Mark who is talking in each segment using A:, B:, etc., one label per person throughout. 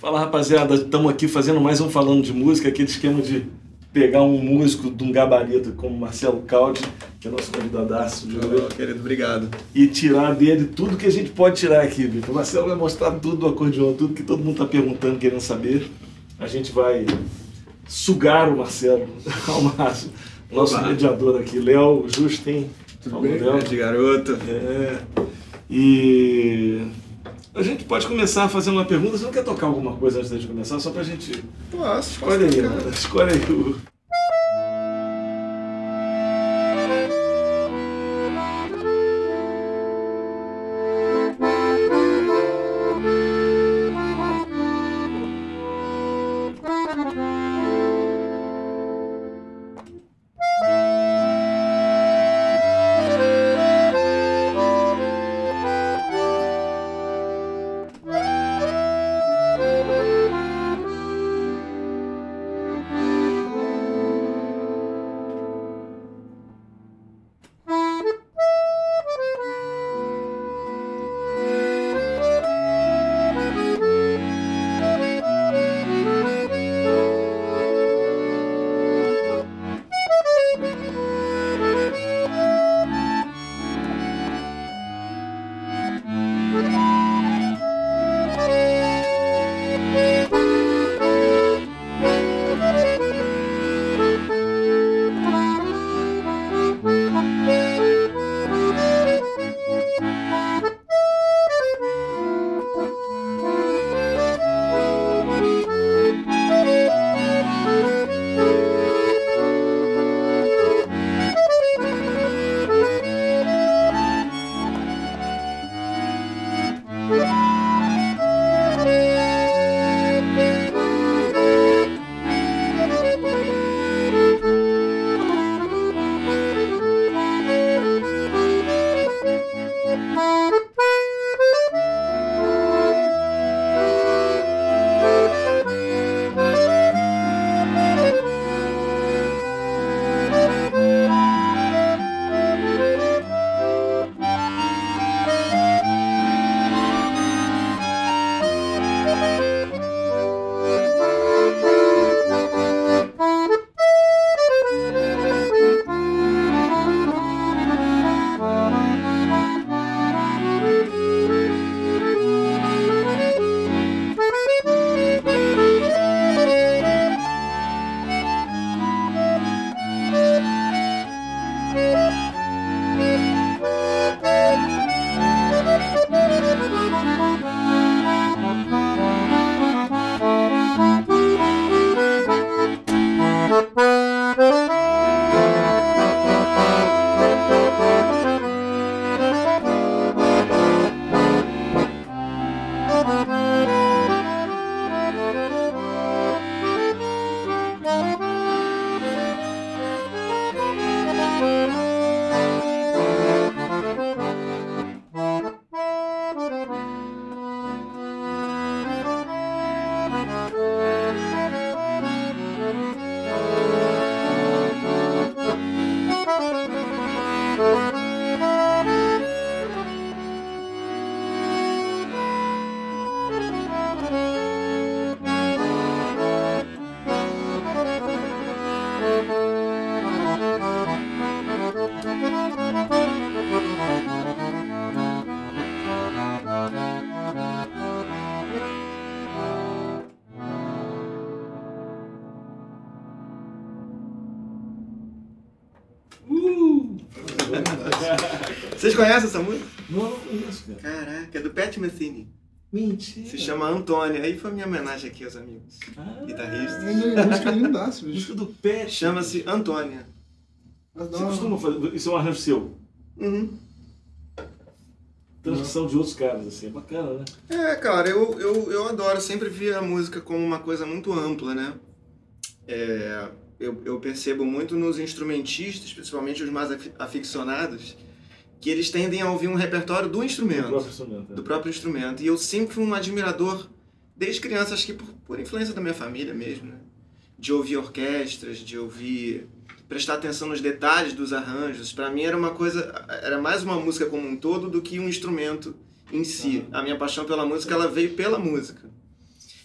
A: Fala, rapaziada, estamos aqui fazendo mais um Falando de Música, aquele esquema de pegar um músico de um gabarito como Marcelo Caldi, que é nosso convidadaço de hoje.
B: Querido, obrigado.
A: E tirar dele tudo que a gente pode tirar aqui, Vitor. O Marcelo vai mostrar tudo do acordeon, tudo que todo mundo está perguntando, querendo saber. A gente vai sugar o Marcelo ao máximo. Nosso mediador aqui, Léo Justin.
B: Tudo bem, grande garoto.
A: E a gente pode começar fazendo uma pergunta. Você não quer tocar alguma coisa antes de começar? Só pra gente...
B: Posso,
A: escolhe aí, mano. Escolhe aí o...
B: Vocês conhecem essa música?
A: Não conheço, cara.
B: Caraca, é do Pat Metheny.
A: Mentira.
B: Se chama Antônia. Aí foi minha homenagem aqui aos amigos guitarristas.
C: É música lindaça, bicho.
A: Música do Pat.
B: Chama-se Antônia.
A: Você costuma fazer... Isso é um arranjo seu?
B: Uhum.
A: Transcrição de outros caras, assim. É bacana, né?
B: É, cara, eu adoro. Sempre vi a música como uma coisa muito ampla, né? Eu percebo muito nos instrumentistas, principalmente os mais aficionados, que eles tendem a ouvir um repertório do instrumento. Do próprio instrumento. E eu sempre fui um admirador, desde criança, acho que por influência da minha família mesmo, né? De ouvir orquestras, de ouvir... prestar atenção nos detalhes dos arranjos. Para mim era uma coisa... Era mais uma música como um todo do que um instrumento em si. A minha paixão pela música, ela veio pela música.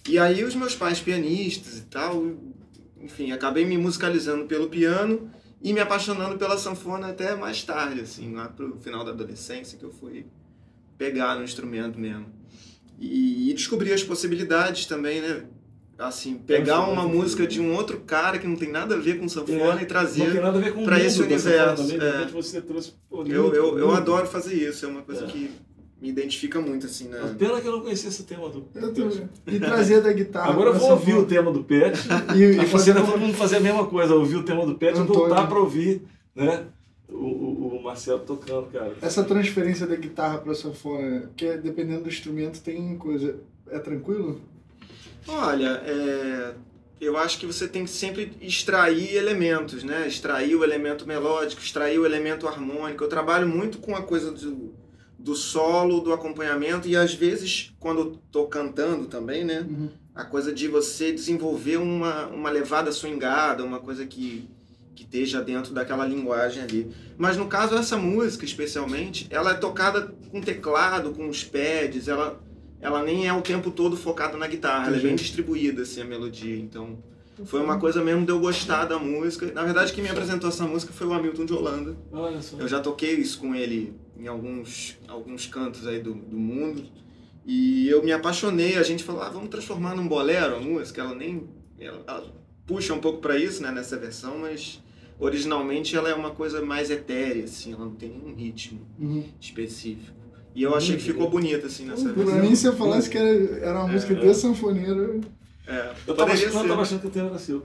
B: E aí os meus pais pianistas e tal, enfim, acabei me musicalizando pelo piano e me apaixonando pela sanfona até mais tarde, assim, lá pro final da adolescência, que eu fui pegar no instrumento mesmo. E descobri as possibilidades também, né? Assim, pegar uma música de um outro cara que não tem nada a ver com sanfona e trazer para esse universo.
A: Também, você trouxe,
B: eu adoro fazer isso, é uma coisa que me identifica muito, assim, né?
A: Pena que eu não conhecia esse tema do
C: Pet. E trazer da guitarra.
A: Agora eu vou ouvir o tema do Pet e fazer todo mundo fazer a mesma coisa, ouvir o tema do Pet e voltar para ouvir, né? O Marcelo tocando, cara.
C: Essa transferência da guitarra para a sanfona, que dependendo do instrumento tem coisa, é tranquilo?
B: Olha, eu acho que você tem que sempre extrair elementos, né? Extrair o elemento melódico, extrair o elemento harmônico. Eu trabalho muito com a coisa do solo, do acompanhamento e às vezes, quando eu tô cantando também, né? Uhum. A coisa de você desenvolver uma levada swingada, uma coisa que esteja dentro daquela linguagem ali. Mas no caso, essa música, especialmente, ela é tocada com teclado, com os pads, ela nem é o tempo todo focada na guitarra, ela é bem distribuída, assim, a melodia. Então, foi uma coisa mesmo de eu gostar da música. Na verdade, quem me apresentou essa música foi o Hamilton de Holanda.
A: Olha só.
B: Eu já toquei isso com ele em alguns cantos aí do mundo. E eu me apaixonei, a gente falou, vamos transformar num bolero a música. Ela puxa um pouco para isso, né, nessa versão, mas originalmente ela é uma coisa mais etérea, assim, ela não tem nenhum ritmo específico. E eu achei que ficou bonita, assim, nessa versão.
C: Pra mim, se eu falasse que era uma música de sanfoneiro...
A: Eu tava achando que o tema era seu.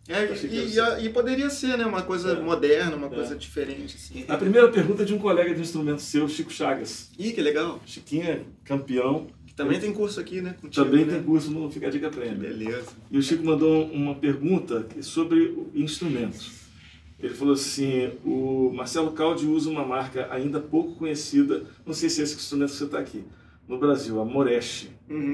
B: E poderia ser, né, uma coisa moderna, uma coisa diferente, assim.
A: A primeira pergunta é de um colega de instrumento seu, Chico Chagas.
B: Ih, que legal.
A: Chiquinho é campeão.
B: Também tem curso aqui, né? Contigo,
A: também
B: né?
A: tem curso no Fica a Dica Prêmio.
B: Beleza.
A: E o Chico mandou uma pergunta sobre instrumentos. Ele falou assim, o Marcelo Caldi usa uma marca ainda pouco conhecida, não sei se é esse instrumento que você está aqui, no Brasil, a Moreschi.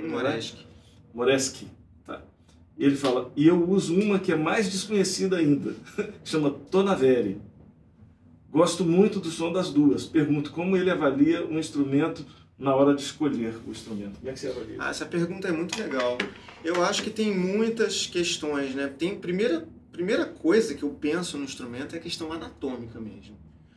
A: Moreschi. Tá. E ele fala, e eu uso uma que é mais desconhecida ainda, chama Tonaveri. Gosto muito do som das duas. Pergunto como ele avalia um instrumento na hora de escolher o instrumento. Como é que você avalia?
B: Essa pergunta é muito legal. Eu acho que tem muitas questões, né? Tem primeira coisa que eu penso no instrumento é a questão anatômica mesmo.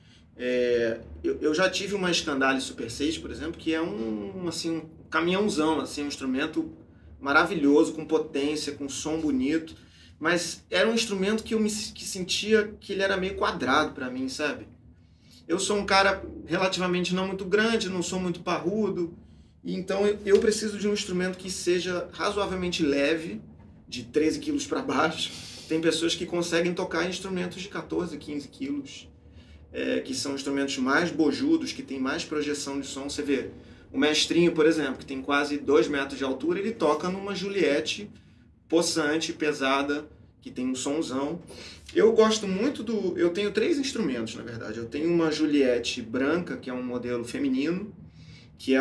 B: Eu já tive uma Scandale Super 6, por exemplo, que é um caminhãozão, assim, um instrumento maravilhoso, com potência, com som bonito, mas era um instrumento que eu sentia que ele era meio quadrado para mim, sabe? Eu sou um cara relativamente não muito grande, não sou muito parrudo, e então eu preciso de um instrumento que seja razoavelmente leve, de 13 quilos para baixo. Tem pessoas que conseguem tocar instrumentos de 14, 15 quilos, que são instrumentos mais bojudos, que tem mais projeção de som. Você vê, o Mestrinho, por exemplo, que tem quase 2 metros de altura, ele toca numa Juliette possante, pesada, que tem um sonzão. Eu gosto muito eu tenho 3 instrumentos, na verdade. Eu tenho uma Juliette branca, que é um modelo feminino, que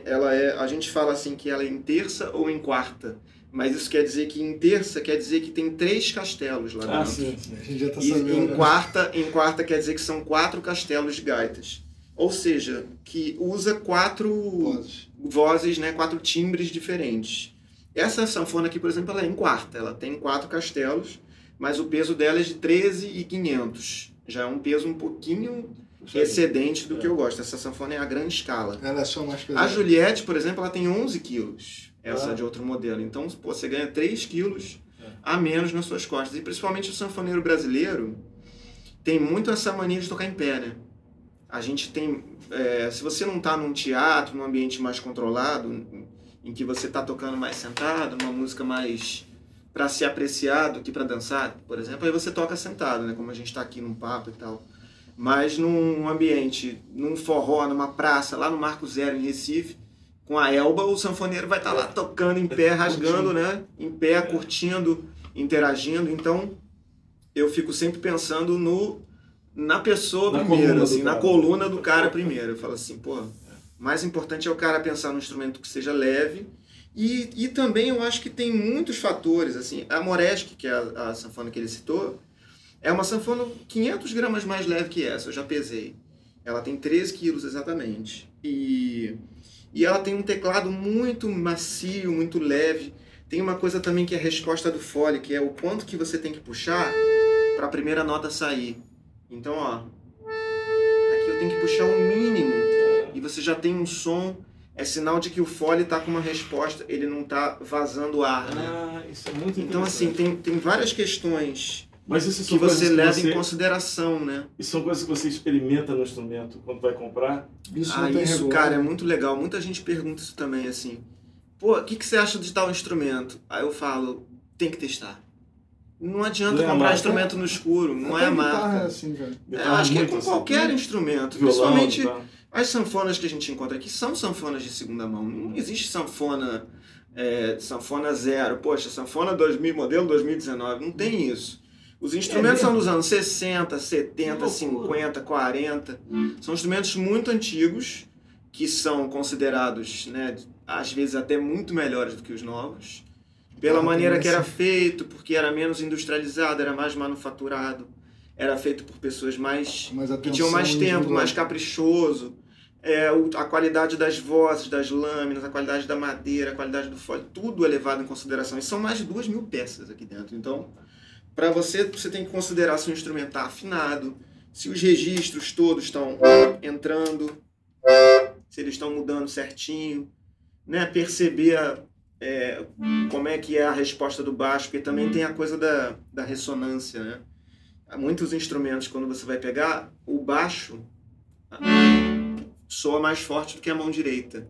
B: a gente fala assim que ela é em terça ou em quarta. Mas isso quer dizer que em terça quer dizer que tem 3 castelos lá dentro.
C: Sim. A gente já tá
B: sabendo.
C: E
B: em quarta quer dizer que são 4 castelos de gaitas. Ou seja, que usa 4 vozes, né, 4 timbres diferentes. Essa sanfona aqui, por exemplo, ela é em quarta. Ela tem 4 castelos, mas o peso dela é de 13.500. Já é um peso um pouquinho excedente do que eu gosto. Essa sanfona é a grande escala.
C: Ela é só mais pesada.
B: A Juliette, por exemplo, ela tem 11 quilos. Essa de outro modelo. Então, você ganha 3 quilos a menos nas suas costas. E principalmente o sanfoneiro brasileiro tem muito essa mania de tocar em pé, né? A gente tem... se você não está num teatro, num ambiente mais controlado, em que você está tocando mais sentado, uma música mais para ser apreciado do que para dançar, por exemplo, aí você toca sentado, né? Como a gente está aqui num papo e tal. Mas num ambiente, num forró, numa praça, lá no Marco Zero, em Recife, com a Elba, o sanfoneiro vai estar lá tocando em pé, rasgando, né? Em pé, curtindo, interagindo. Então, eu fico sempre pensando na pessoa primeiro, assim, na coluna do cara primeiro. Eu falo assim, pô, mais importante é o cara pensar num instrumento que seja leve. E também eu acho que tem muitos fatores, assim. A Moreschi, que é a sanfona que ele citou, é uma sanfona 500 gramas mais leve que essa, eu já pesei. Ela tem 13 quilos exatamente. E ela tem um teclado muito macio, muito leve. Tem uma coisa também que é a resposta do fole, que é o quanto que você tem que puxar para a primeira nota sair. Então, ó, aqui eu tenho que puxar um mínimo e você já tem um som, é sinal de que o fole está com uma resposta, ele não está vazando ar, né?
A: Isso é muito
B: Então, assim, tem várias questões
A: Mas isso
B: que você leva em consideração, né?
A: E são coisas que você experimenta no instrumento quando vai comprar?
B: Isso, cara, é muito legal. Muita gente pergunta isso também, assim. Pô, o que você acha de tal instrumento? Aí eu falo, tem que testar. Não adianta comprar instrumento no escuro, não é a marca.
C: Assim,
B: acho que é com qualquer instrumento. Violão, principalmente as sanfonas que a gente encontra aqui são sanfonas de segunda mão. Não existe sanfona, sanfona zero. Poxa, sanfona 2000, modelo 2019. Não tem isso. Os instrumentos são dos anos 60, 70, 50, 40. São instrumentos muito antigos, que são considerados, né, às vezes até muito melhores do que os novos. Pela maneira que era feito, porque era menos industrializado, era mais manufaturado, era feito por pessoas que tinham mais tempo, mais caprichoso. A qualidade das vozes, das lâminas, a qualidade da madeira, a qualidade do fole, tudo é levado em consideração. E são mais de 2.000 peças aqui dentro. Então, para você tem que considerar se o instrumento está afinado, se os registros todos estão entrando, se eles estão mudando certinho, né? Perceber como é que é a resposta do baixo, porque também tem a coisa da ressonância, né? Muitos instrumentos, quando você vai pegar, o baixo soa mais forte do que a mão direita.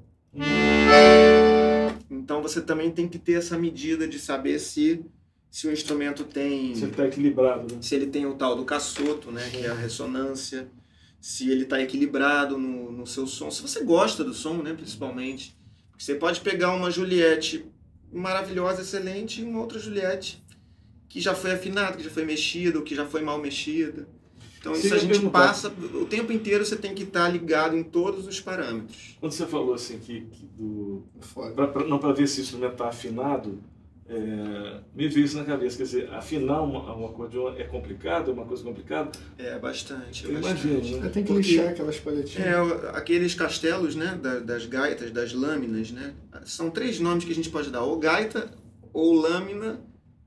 B: Então você também tem que ter essa medida de saber se o instrumento tem...
A: Se ele está equilibrado, né?
B: Se ele tem o tal do cassoto, né? Que é a ressonância. Se ele está equilibrado no seu som. Se você gosta do som, né? Principalmente. Você pode pegar uma Juliette maravilhosa, excelente, e uma outra Juliette que já foi afinada, que já foi mexida, ou que já foi mal mexida. Então isso a gente passa... O tempo inteiro você tem que estar ligado em todos os parâmetros.
A: Quando você falou assim para ver se o instrumento está afinado, me veio isso na cabeça. Quer dizer, afinar um acordeão é complicado? É uma coisa complicada?
B: Bastante.
A: Eu imagino, né?
C: Tem que lixar aquelas palhetinhas.
B: Aqueles castelos, né, das gaitas, das lâminas, né? São 3 nomes que a gente pode dar. Ou gaita, ou lâmina,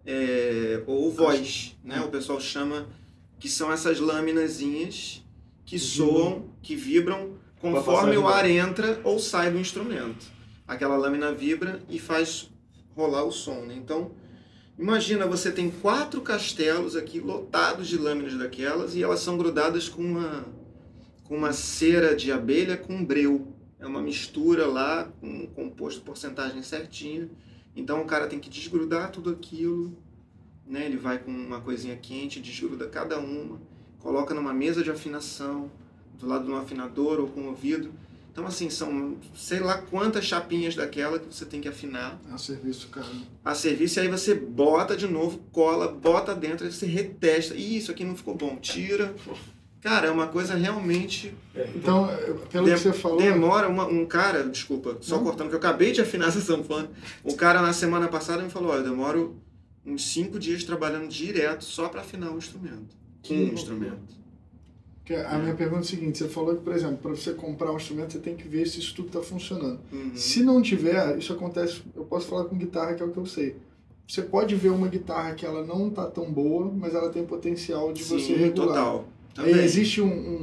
B: ou voz. Né? O pessoal chama que são essas laminazinhas que soam, que vibram conforme o ar entra ou sai do instrumento. Aquela lâmina vibra e faz rolar o som, né? Então, imagina, você tem 4 castelos aqui lotados de lâminas daquelas e elas são grudadas com uma cera de abelha com breu. É uma mistura lá, com um composto, porcentagem certinha. Então o cara tem que desgrudar tudo aquilo, né? Ele vai com uma coisinha quente, desgruda cada uma, coloca numa mesa de afinação, do lado de um afinador ou com um ouvido. Então, assim, são sei lá quantas chapinhas daquela que você tem que afinar.
C: A serviço, cara.
B: A serviço, e aí você bota de novo, cola, bota dentro, aí você retesta. Ih, isso aqui não ficou bom, tira. Cara, é uma coisa realmente...
C: Então, pelo que você falou...
B: Demora um cara, desculpa, só cortando, que eu acabei de afinar essa sanfona. O cara, na semana passada, me falou, olha, eu demoro uns 5 dias trabalhando direto só para afinar o instrumento. Um instrumento.
C: A minha pergunta é a seguinte, você falou que, por exemplo, para você comprar um instrumento, você tem que ver se isso tudo está funcionando. Se não tiver, isso acontece, eu posso falar com guitarra, que é o que eu sei. Você pode ver uma guitarra que ela não está tão boa, mas ela tem potencial de você regular.
B: Total.
C: Aí existe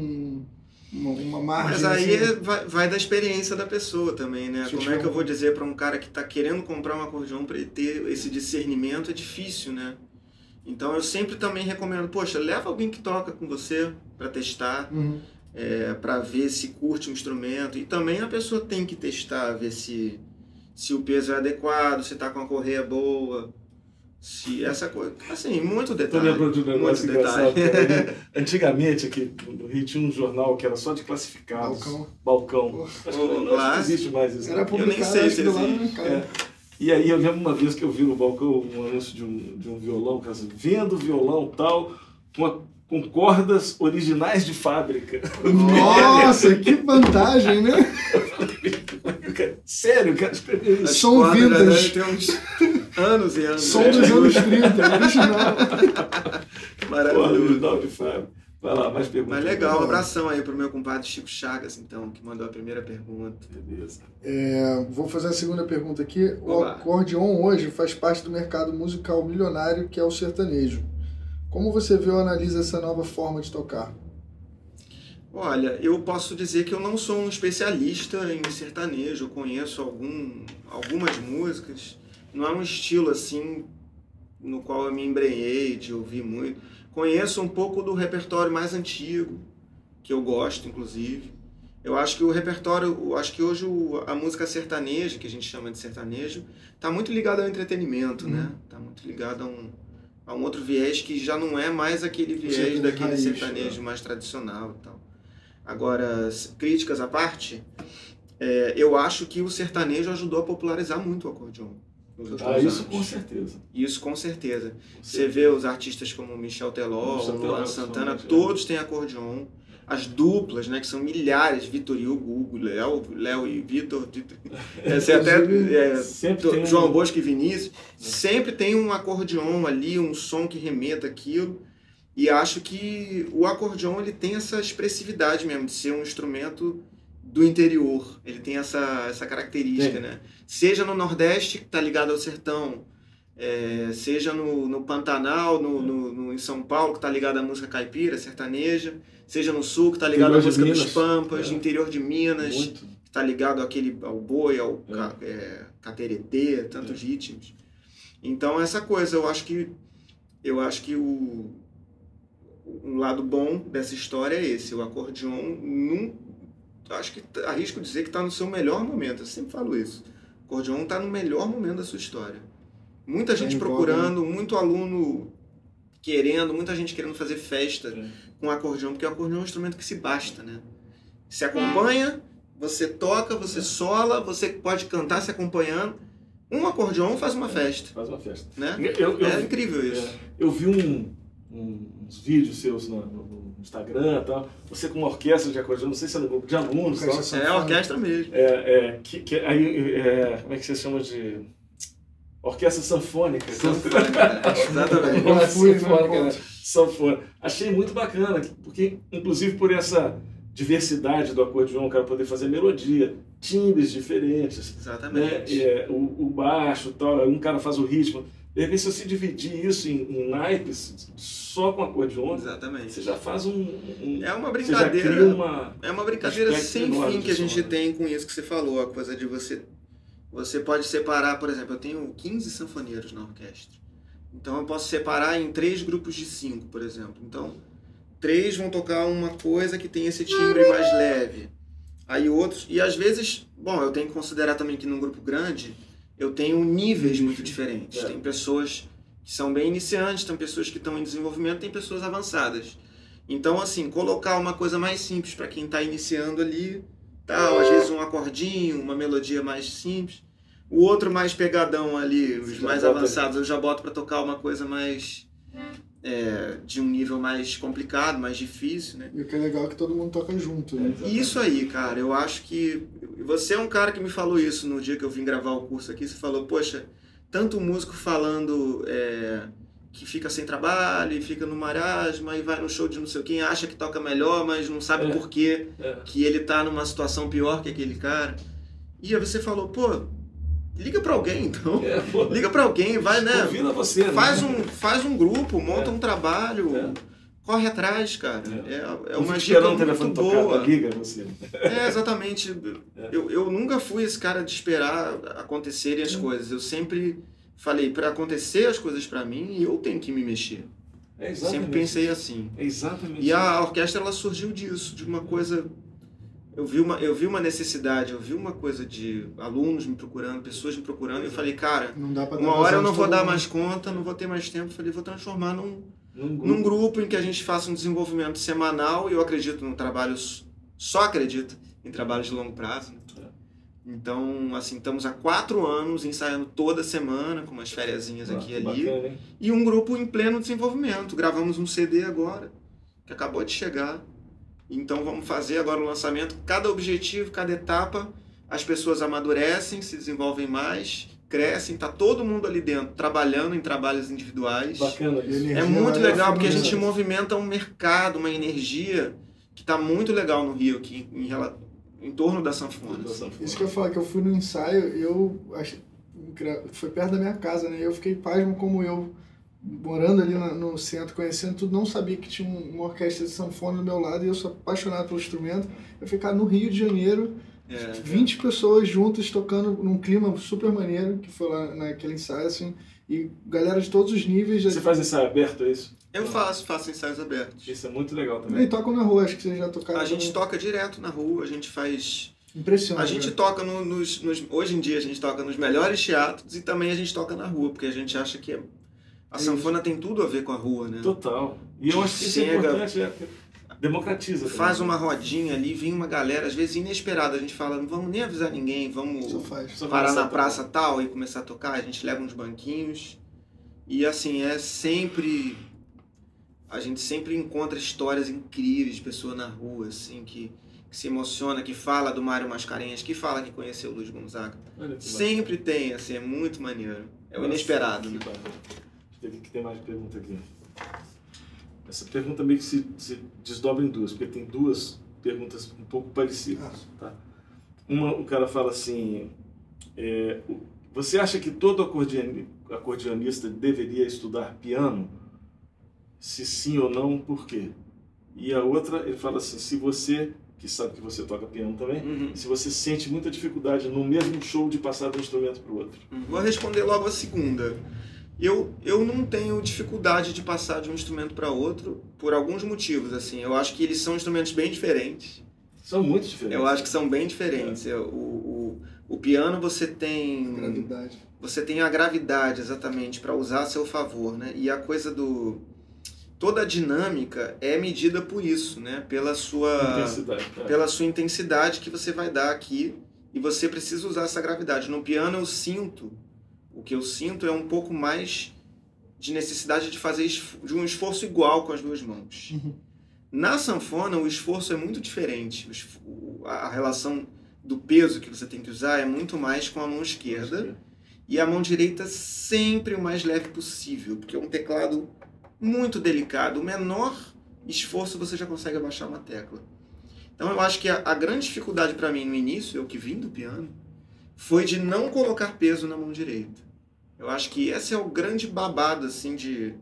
C: uma margem...
B: Mas aí
C: assim,
B: vai da experiência da pessoa também, né? Como é que eu vou dizer para um cara que está querendo comprar um acordeão para ele ter esse discernimento? É difícil, né? Então eu sempre também recomendo, poxa, leva alguém que toca com você para testar, para ver se curte o instrumento. E também a pessoa tem que testar, ver se o peso é adequado, se está com a correia boa, se essa coisa... Assim, muito detalhe.
A: Eu lembro de um negócio engraçado. Antigamente aqui no Rio tinha um jornal que era só de classificados. Balcão. Não existe mais isso.
B: Eu nem sei se existe.
A: E aí eu lembro uma vez que eu vi no balcão um anúncio de um violão, vendo violão tal, com cordas originais de fábrica.
C: Nossa, que vantagem, né?
A: Sério, cara, escrever isso.
C: Som vintage.
B: Tem uns anos e anos.
C: Som dos anos 30, original.
B: Maravilhoso.
A: Original de fábrica. Vai lá, mais perguntas.
B: Mas legal, um abração aí pro meu compadre Chico Chagas, então, que mandou a primeira pergunta.
A: Beleza.
C: Vou fazer a segunda pergunta aqui.
B: Olá.
C: O acordeon hoje faz parte do mercado musical milionário que é o sertanejo. Como você vê ou analisa essa nova forma de tocar?
B: Olha, eu posso dizer que eu não sou um especialista em sertanejo, eu conheço algumas músicas, não é um estilo assim no qual eu me embrenhei de ouvir muito. Conheço um pouco do repertório mais antigo, que eu gosto, inclusive. Eu acho que o repertório, acho que hoje a música sertaneja, que a gente chama de sertanejo, está muito ligada ao entretenimento, né? Está muito ligada a um outro viés que já não é mais aquele viés daquele sertanejo mais tradicional e tal. Agora, críticas à parte, eu acho que o sertanejo ajudou a popularizar muito o acordeon.
A: Isso com certeza.
B: Isso com certeza. Você vê os artistas como Michel Teló, Luan Santana, todos têm acordeon. As duplas, né, que são milhares, Vitor e Hugo, Léo e Vitor, João Bosco e Vinícius, sempre tem um acordeon ali, um som que remeta aquilo. E acho que o acordeon ele tem essa expressividade mesmo, de ser um instrumento do interior. Ele tem essa característica, né? Seja no Nordeste, que está ligado ao sertão, seja no Pantanal, em São Paulo, que está ligado à música caipira, sertaneja, seja no Sul, que está ligado à música dos Pampas, interior de Minas, que está ligado ao boi, ao cateretê, tantos ritmos. Então, essa coisa, eu acho que um lado bom dessa história é esse. O acordeon, acho que arrisco dizer que está no seu melhor momento. Eu sempre falo isso. O acordeon está no melhor momento da sua história. Muita gente procurando, muito aluno querendo, muita gente querendo fazer festa com o acordeon, porque o acordeon é um instrumento que se basta, né? Se acompanha, você toca, você sola, você pode cantar se acompanhando. Um acordeon faz uma festa.
A: Faz uma festa.
B: Né? É incrível isso.
A: Eu vi uns vídeos seus no Instagram e tal. Você com uma orquestra de acordeon, não sei se é no grupo de alunos.
B: É orquestra mesmo.
A: Como é que você chama de... Orquestra sanfônica.
B: Exatamente.
A: Sanfônica. Achei muito bacana, porque inclusive por essa diversidade do acordeon, o cara poder fazer melodia, timbres diferentes.
B: Exatamente.
A: Né? O baixo, tal, um cara faz o ritmo. De repente, se você dividir isso em naipes, só com acordeon,
B: exatamente,
A: você já faz
B: é uma brincadeira. É uma brincadeira sem fim que a gente tem com isso que você falou, a coisa de você pode separar, por exemplo, eu tenho 15 sanfoneiros na orquestra. Então eu posso separar em 3 grupos de 5, por exemplo. Então, 3 vão tocar uma coisa que tem esse timbre mais leve. Aí outros, e às vezes, eu tenho que considerar também que num grupo grande eu tenho níveis muito diferentes. Tem pessoas que são bem iniciantes, tem pessoas que estão em desenvolvimento, tem pessoas avançadas. Então, assim, colocar uma coisa mais simples para quem está iniciando ali, às vezes um acordinho, uma melodia mais simples. O outro mais pegadão ali, os mais avançados, eu já boto para tocar uma coisa mais... de um nível mais complicado, mais difícil, né?
C: E o que é legal é que todo mundo toca junto, né?
B: Isso aí, cara, eu acho que... Você é um cara que me falou isso no dia que eu vim gravar o curso aqui, você falou, poxa, tanto músico falando que fica sem trabalho, e fica no marasmo, e vai no show de não sei quem, acha que toca melhor, mas não sabe por quê, que ele tá numa situação pior que aquele cara. E aí você falou, liga pra alguém, então. Liga pra alguém, vai, né?
A: Convida você,
B: faz um grupo, monta um trabalho, corre atrás, cara. É uma dica muito boa.
A: Liga você.
B: Exatamente. Eu nunca fui esse cara de esperar acontecerem as coisas. Eu sempre falei, para acontecer as coisas pra mim, eu tenho que me mexer. Sempre pensei assim.
A: Exatamente.
B: E a orquestra, ela surgiu disso, de uma coisa... Eu vi uma necessidade, eu vi uma coisa de alunos me procurando, pessoas me procurando, e eu falei, cara, uma hora eu não vou dar mais conta, não vou ter mais tempo, eu falei, vou transformar num grupo em que a gente faça um desenvolvimento semanal, e eu acredito no trabalho, só acredito em trabalhos de longo prazo. Né? Então, assim, estamos há 4 anos ensaiando toda semana, com umas fériasinhas aqui e ali,
A: bacana,
B: e um grupo em pleno desenvolvimento. Gravamos um CD agora, que acabou de chegar. Então vamos fazer agora o lançamento. Cada objetivo, cada etapa, as pessoas amadurecem, se desenvolvem mais, crescem, tá todo mundo ali dentro trabalhando em trabalhos individuais.
A: Bacana isso.
B: É muito legal, porque a gente movimenta um mercado, uma energia que tá muito legal no Rio, aqui, em torno da sanfona.
C: Isso que eu falo, que eu fui no ensaio, foi perto da minha casa, né? Eu fiquei pasmo como eu, morando ali no centro, conhecendo tudo, não sabia que tinha uma orquestra de sanfona do meu lado, e eu sou apaixonado pelo instrumento. Eu fiquei no Rio de Janeiro, 20 pessoas juntas tocando num clima super maneiro, que foi lá naquele ensaio, assim, e galera de todos os níveis.
A: Você faz ensaio aberto, é isso?
B: Eu faço ensaios abertos.
A: Isso é muito legal também.
C: E tocam na rua, acho que vocês já tocaram.
B: A gente toca direto na rua, a gente faz...
C: Impressionante.
B: A gente toca hoje em dia a gente toca nos melhores teatros e também a gente toca na rua, porque a gente acha que a sanfona tem tudo a ver com a rua, né?
A: Total. E eu acho que isso é importante, democratiza.
B: Faz uma rodinha ali, vem uma galera, às vezes inesperada, a gente fala, não vamos nem avisar ninguém, vamos parar na praça tal e começar a tocar, a gente leva uns banquinhos. E assim, a gente sempre encontra histórias incríveis de pessoa na rua, assim, que se emociona, que fala do Mário Mascarenhas, que fala que conheceu o Luiz Gonzaga. Sempre tem, assim, é muito maneiro. É o inesperado, né?
A: Que tem mais pergunta aqui. Essa pergunta meio que se desdobra em duas, porque tem duas perguntas um pouco parecidas. Tá? O cara fala assim, você acha que todo acordeonista deveria estudar piano? Se sim ou não, por quê? E a outra, ele fala assim, se você, que sabe que você toca piano também, se você sente muita dificuldade no mesmo show de passar de um instrumento para o outro.
B: Vou responder logo a segunda. Eu não tenho dificuldade de passar de um instrumento para outro por alguns motivos, assim. Eu acho que eles são instrumentos bem diferentes.
A: São muito diferentes.
B: Eu acho que são bem diferentes. O piano você tem...
C: Gravidade.
B: Você tem a gravidade, exatamente, para usar a seu favor, né? E a coisa toda a dinâmica é medida por isso, né? Pela sua intensidade que você vai dar aqui, e você precisa usar essa gravidade. No piano o que eu sinto é um pouco mais de necessidade de fazer de um esforço igual com as duas mãos. Na sanfona o esforço é muito diferente. A relação do peso que você tem que usar é muito mais com a mão esquerda, e a mão direita sempre o mais leve possível, porque é um teclado muito delicado, o menor esforço você já consegue abaixar uma tecla. Então eu acho que a grande dificuldade para mim no início, eu que vim do piano, foi de não colocar peso na mão direita. Eu acho que esse é o grande babado, assim,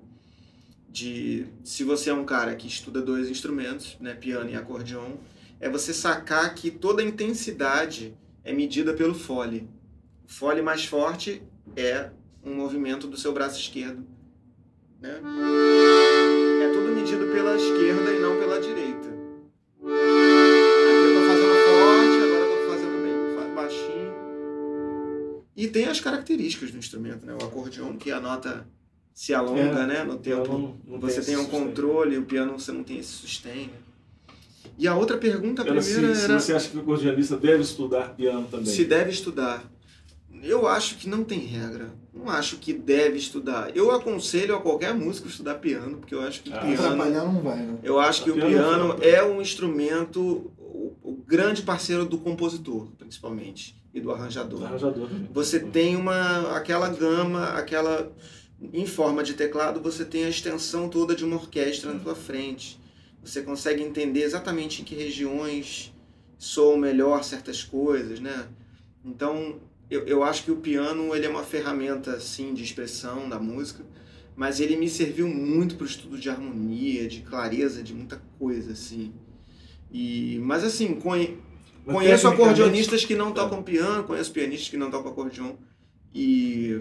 B: se você é um cara que estuda dois instrumentos, né, piano e acordeon, é você sacar que toda a intensidade é medida pelo fole. O fole mais forte é um movimento do seu braço esquerdo, né? É tudo medido pela esquerda e não pela direita. Aqui eu tô fazendo forte, agora eu tô fazendo bem baixinho. E tem as características do instrumento, né? O acordeon, que a nota se alonga, né? No tempo. Você tem um controle, o piano você não tem esse sustém, né? E a outra pergunta, era... Se
A: você acha que o acordeonista deve estudar piano também?
B: Se deve estudar. Eu acho que não tem regra. Não acho que deve estudar. Eu aconselho a qualquer músico estudar piano, porque eu acho que o piano...
C: Atrapalhar não vai, né?
B: Eu acho que o piano é um instrumento, o grande parceiro do compositor, principalmente, e do arranjador. Você tem aquela gama, em forma de teclado, você tem a extensão toda de uma orquestra na sua frente. Você consegue entender exatamente em que regiões soam melhor certas coisas, né? Então, eu acho que o piano ele é uma ferramenta, sim, de expressão da música, mas ele me serviu muito para o estudo de harmonia, de clareza, de muita coisa, assim. Mas, assim, conheço acordeonistas que não tocam piano, conheço pianistas que não tocam acordeon, e...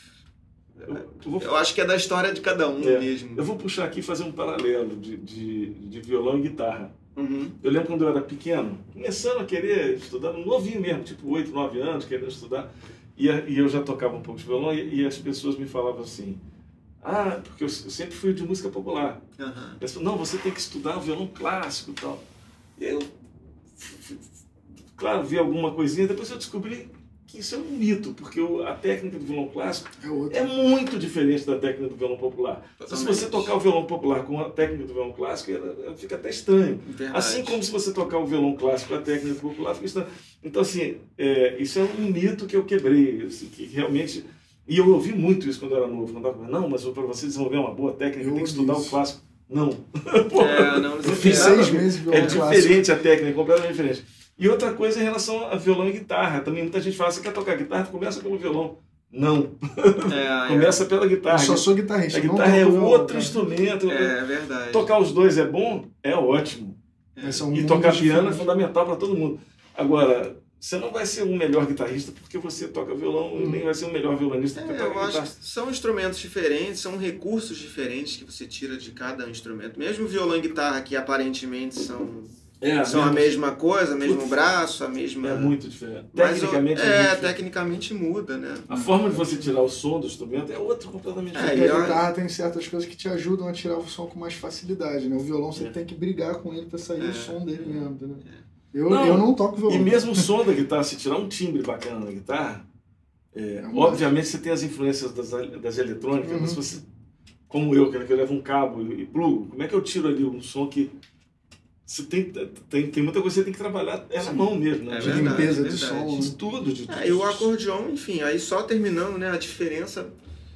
B: Eu acho que é da história de cada um mesmo.
A: Eu vou puxar aqui e fazer um paralelo de violão e guitarra. Eu lembro quando eu era pequeno, começando a querer estudar, novinho mesmo, tipo 8, 9 anos, querendo estudar, e eu já tocava um pouco de violão, e as pessoas me falavam assim, porque eu sempre fui de música popular. Eles falavam, não, você tem que estudar o violão clássico e tal. E eu, claro, vi alguma coisinha, depois eu descobri que isso é um mito, porque a técnica do violão clássico é muito diferente da técnica do violão popular. Então, se você tocar o violão popular com a técnica do violão clássico, ela fica até estranho.
B: Verdade.
A: Assim como se você tocar o violão clássico com a técnica do popular, fica estranho. Então, assim, isso é um mito que eu quebrei, assim, que realmente... E eu ouvi muito isso quando eu era novo. Não, mas para você desenvolver uma boa técnica, tem que estudar o clássico. Não.
B: Não,
C: eu fiz 6 meses de violão clássico.
A: É diferente a técnica, completamente diferente. E outra coisa em relação a violão e guitarra. Também muita gente fala, você quer tocar guitarra? Começa pelo violão. Não. Começa pela guitarra.
C: Eu só sou guitarrista.
A: A guitarra é outro instrumento.
B: É verdade.
A: Tocar os dois é bom? É ótimo. E tocar piano é fundamental para todo mundo. Agora, você não vai ser um melhor guitarrista porque você toca violão e nem vai ser um melhor violonista porque toca guitarra.
B: Eu acho que são instrumentos diferentes, são recursos diferentes que você tira de cada instrumento. Mesmo violão e guitarra, que aparentemente são a mesma coisa, o mesmo braço, a mesma...
A: É muito diferente.
B: Tecnicamente tecnicamente muda, né?
A: A forma de você tirar o som do instrumento é outra completamente diferente.
C: Porque a guitarra tem certas coisas que te ajudam a tirar o som com mais facilidade, né? O violão você tem que brigar com ele para sair o som dele mesmo, entendeu? Eu não toco violão.
A: E mesmo o som da guitarra, se tirar um timbre bacana na guitarra, obviamente você tem as influências das eletrônicas, mas você, como eu, que eu levo um cabo e plugo, como é que eu tiro ali um som que você tem muita coisa que você tem que trabalhar na mão mesmo, né?
C: De limpeza de som,
A: de tudo.
B: E o acordeon, enfim, aí só terminando, né, a diferença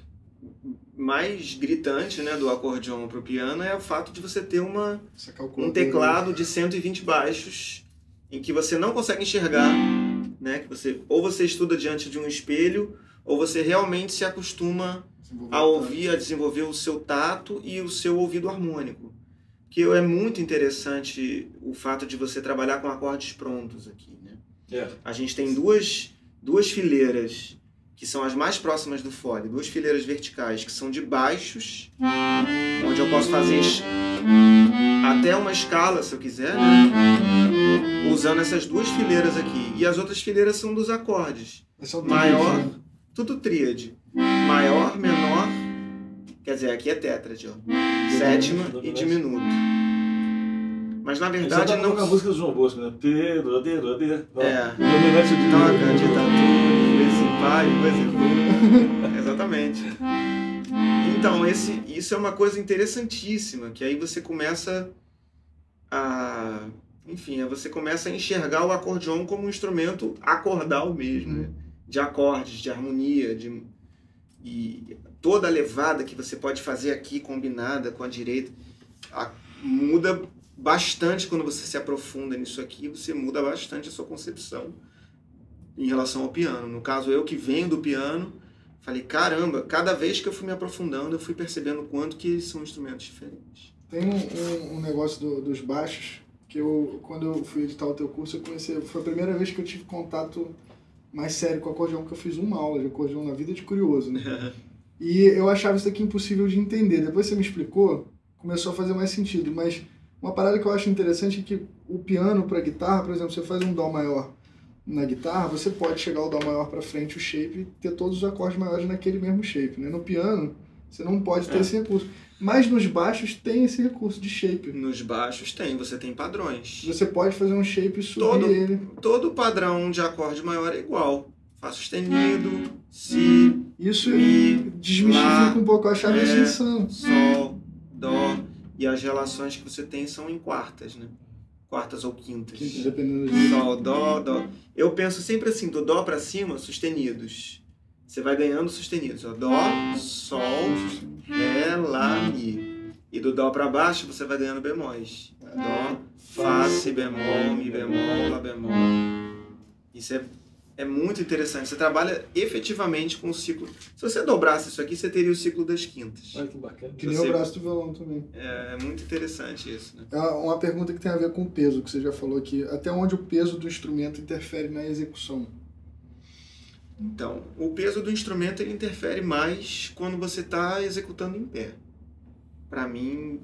B: mais gritante, né, do acordeon para o piano é o fato de você ter um teclado de 120 baixos em que você não consegue enxergar, né, que ou você estuda diante de um espelho ou você realmente se acostuma a ouvir, a desenvolver o seu tato e o seu ouvido harmônico. Que é muito interessante o fato de você trabalhar com acordes prontos aqui, né? A gente tem duas fileiras que são as mais próximas do fole, 2 fileiras verticais que são de baixos, onde eu posso fazer até uma escala, se eu quiser, né? Usando essas 2 fileiras aqui. E as outras fileiras são dos acordes. Maior, tudo tríade. Maior, menor, quer dizer, aqui é tétrade, ó. Sétima e diminuto. Mas na verdade não...
A: a música do João Bosco, né? Dominante de
B: toca de tatu, esse pai, coisa. Exatamente. Então, isso é uma coisa interessantíssima, que aí você começa a... Enfim, você começa a enxergar o acordeon como um instrumento acordal mesmo, né? De acordes, de harmonia, e toda a levada que você pode fazer aqui combinada com a direita muda bastante quando você se aprofunda nisso aqui, você muda bastante a sua concepção em relação ao piano. No caso, eu que venho do piano, falei, caramba, cada vez que eu fui me aprofundando, eu fui percebendo o quanto que são instrumentos diferentes.
C: Tem um negócio dos baixos, que quando eu fui editar o teu curso, eu conheci, foi a primeira vez que eu tive contato mais sério com o acordeon, porque eu fiz uma aula de acordeon na vida de curioso, né? E eu achava isso aqui impossível de entender. Depois você me explicou, começou a fazer mais sentido. Mas uma parada que eu acho interessante é que o piano para guitarra, por exemplo, você faz um dó maior na guitarra, você pode chegar o dó maior para frente, o shape, e ter todos os acordes maiores naquele mesmo shape, né? No piano, você não pode ter esse recurso. Mas nos baixos tem esse recurso de shape.
B: Nos baixos você tem padrões.
C: Você pode fazer um shape e subir ele.
B: Todo padrão de acorde maior é igual. Fá sustenido, Si,
C: isso
B: Mi,
C: desmistifica um pouco a chave de extinção.
B: Sol, Dó. E as relações que você tem são em quartas, né? Quartas ou quintas.
C: Dependendo do
B: Sol, Dó, Dó. Eu penso sempre assim, do Dó pra cima, sustenidos. Você vai ganhando sustenidos. Ó. Dó, Sol, Ré, Lá, Mi. E do Dó pra baixo você vai ganhando bemóis. Dó, Fá, Si bemol, Mi bemol, Lá bemol. Isso é muito interessante. Você trabalha efetivamente com o ciclo. Se você dobrasse isso aqui, você teria o ciclo das quintas.
A: Olha que bacana.
C: Que nem o braço do violão também.
B: É muito interessante isso, né?
C: É uma pergunta que tem a ver com o peso, que você já falou aqui. Até onde o peso do instrumento interfere na execução?
B: Então, o peso do instrumento ele interfere mais quando você está executando em pé. Para mim,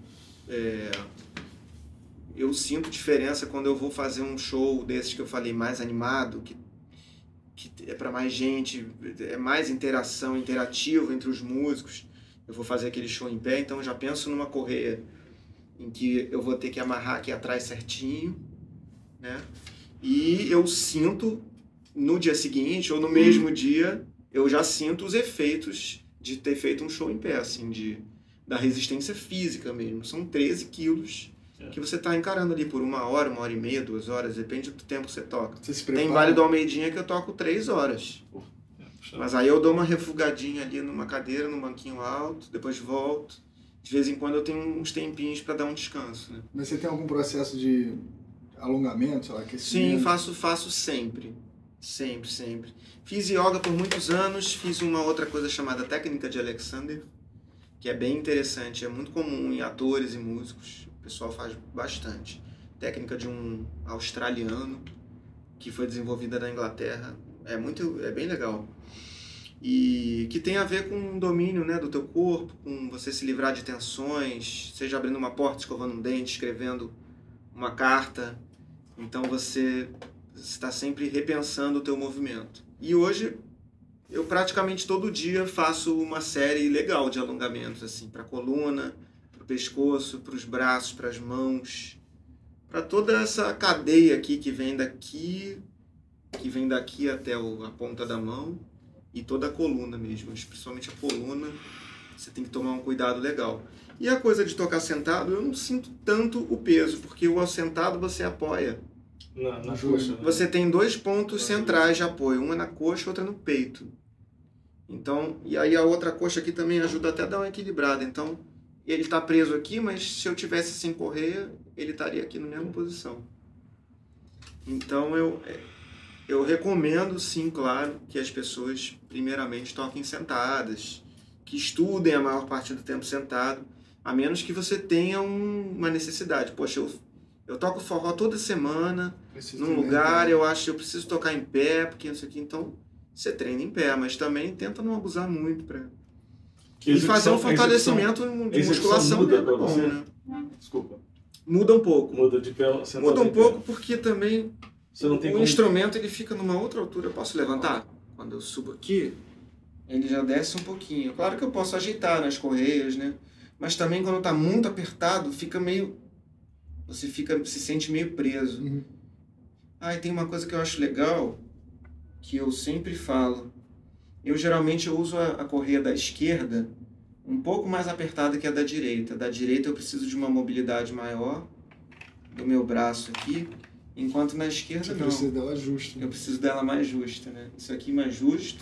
B: eu sinto diferença quando eu vou fazer um show desses que eu falei, mais animado, que é para mais gente, é mais interativo entre os músicos. Eu vou fazer aquele show em pé, então eu já penso numa correia em que eu vou ter que amarrar aqui atrás certinho, né? E eu sinto no dia seguinte ou no mesmo dia eu já sinto os efeitos de ter feito um show em pé, assim, da resistência física mesmo. São 13 quilos que você está encarando ali por 1 hora, 1h30, 2 horas, depende do tempo que você toca. Tem Vale do Almeidinha que eu toco 3 horas. Mas aí eu dou uma refugadinha ali numa cadeira, num banquinho alto, depois volto. De vez em quando eu tenho uns tempinhos para dar um descanso, né?
C: Mas você tem algum processo de alongamento, sei lá,
B: aquecimento? Sim, faço sempre. Sempre. Fiz yoga por muitos anos, fiz uma outra coisa chamada técnica de Alexander, que é bem interessante, é muito comum em atores e músicos, o pessoal faz bastante. Técnica de um australiano, que foi desenvolvida na Inglaterra, é bem legal. E que tem a ver com o domínio, né, do teu corpo, com você se livrar de tensões, seja abrindo uma porta, escovando um dente, escrevendo uma carta. Então você está sempre repensando o teu movimento. E hoje eu praticamente todo dia faço uma série legal de alongamentos, assim, para a coluna, para o pescoço, para os braços, para as mãos, para toda essa cadeia aqui que vem daqui até a ponta da mão e toda a coluna mesmo, principalmente a coluna, você tem que tomar um cuidado legal. E a coisa de tocar sentado, eu não sinto tanto o peso, porque o sentado você apoia.
A: Na coxa, né?
B: Você tem 2 pontos centrais de apoio, uma na coxa e outra no peito. Então, e aí a outra coxa aqui também ajuda até a dar uma equilibrada. Então, ele está preso aqui, mas se eu tivesse sem correr, ele estaria aqui na mesma posição. Então, eu recomendo, sim, claro, que as pessoas primeiramente toquem sentadas, que estudem a maior parte do tempo sentado, a menos que você tenha uma necessidade. Poxa, eu toco forró toda semana, num lugar, eu acho que eu preciso tocar em pé, porque não sei o que, então você treina em pé, mas também tenta não abusar muito e fazer um fortalecimento de musculação
A: muda
B: é bom, né?
A: Desculpa.
B: Muda um pouco.
A: Muda de pé,
B: muda um pouco porque também
A: você não tem
B: o instrumento ele fica numa outra altura. Eu posso levantar? Quando eu subo aqui, ele já desce um pouquinho. Claro que eu posso ajeitar nas correias, né? Mas também quando está muito apertado, fica meio... Você se sente meio preso.
C: Uhum.
B: E tem uma coisa que eu acho legal, que eu sempre falo. Eu geralmente uso a correia da esquerda um pouco mais apertada que a da direita. Da direita eu preciso de uma mobilidade maior do meu braço aqui, enquanto na esquerda não.
C: Você precisa dela justa.
B: Eu preciso dela mais justa, né? Isso aqui mais justo,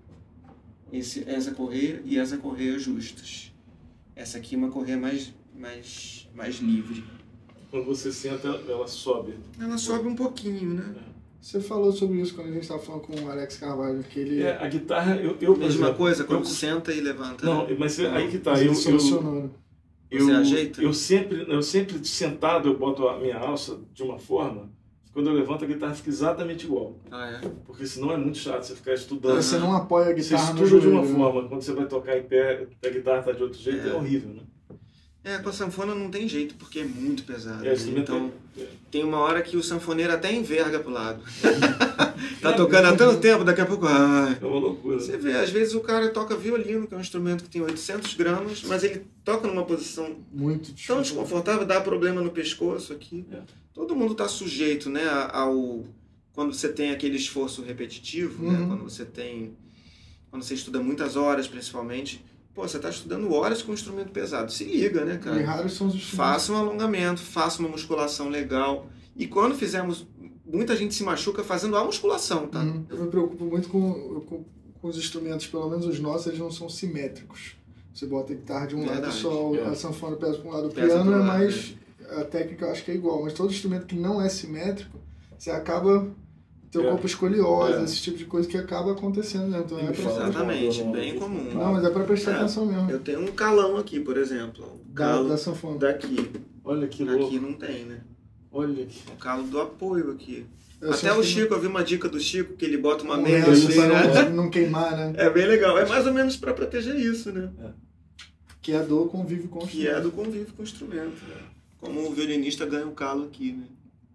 B: essa correia e essa correia justas. Essa aqui é uma correia mais livre.
A: Quando você senta, ela sobe.
B: Ela sobe um pouquinho, né?
C: Você falou sobre isso quando a gente estava falando com o Alex Carvalho, que ele...
A: A guitarra,
B: mesma coisa, quando senta e levanta.
A: Não, mas aí que tá.
B: Você ajeita?
A: Eu sempre sentado, eu boto a minha alça de uma forma, quando eu levanto a guitarra fica exatamente igual. Porque senão é muito chato você ficar estudando.
C: Você não apoia a guitarra no
A: joelho. Você estuda de uma forma, quando você vai tocar em pé, a guitarra está de outro jeito, é horrível, né?
B: Com a sanfona não tem jeito, porque é muito pesado. Né? Então, tem uma hora que o sanfoneiro até enverga pro lado. Tá tocando há tanto tempo, daqui a pouco...
A: É uma loucura.
B: Você vê, às vezes o cara toca violino, que é um instrumento que tem 800 gramas, mas ele toca numa posição
C: muito
B: tão desconfortável, dá problema no pescoço aqui. Todo mundo tá sujeito, né, quando você tem aquele esforço repetitivo, né, quando você estuda muitas horas, principalmente... você está estudando horas com um instrumento pesado. Se liga, né, cara?
C: E raros são os instrumentos.
B: Faça um alongamento, faça uma musculação legal. E quando fizermos... Muita gente se machuca fazendo a musculação, tá?
C: Eu me preocupo muito com os instrumentos, pelo menos os nossos, eles não são simétricos. Você bota a guitarra de um lado só, a sanfona pesa para um lado. O piano é mais... A técnica eu acho que é igual, mas todo instrumento que não é simétrico, você acaba... Teu corpo escoliose, esse tipo de coisa que acaba acontecendo, né? Então
B: exatamente, bem comum.
C: Não, mas é pra prestar atenção mesmo.
B: Eu tenho um calão aqui, por exemplo. Calo
C: da sanfona.
B: Daqui.
A: Olha que louco.
B: Aqui não tem, né?
A: Olha aqui.
B: O calo do apoio aqui. Até o Chico, eu vi uma dica do Chico, que ele bota uma meia
C: assim, para não queimar, né?
B: É bem legal. É mais ou menos pra proteger isso, né?
C: Que é do convívio com o instrumento.
B: Que é do convívio com o instrumento. Como o violinista ganha um calo aqui, né?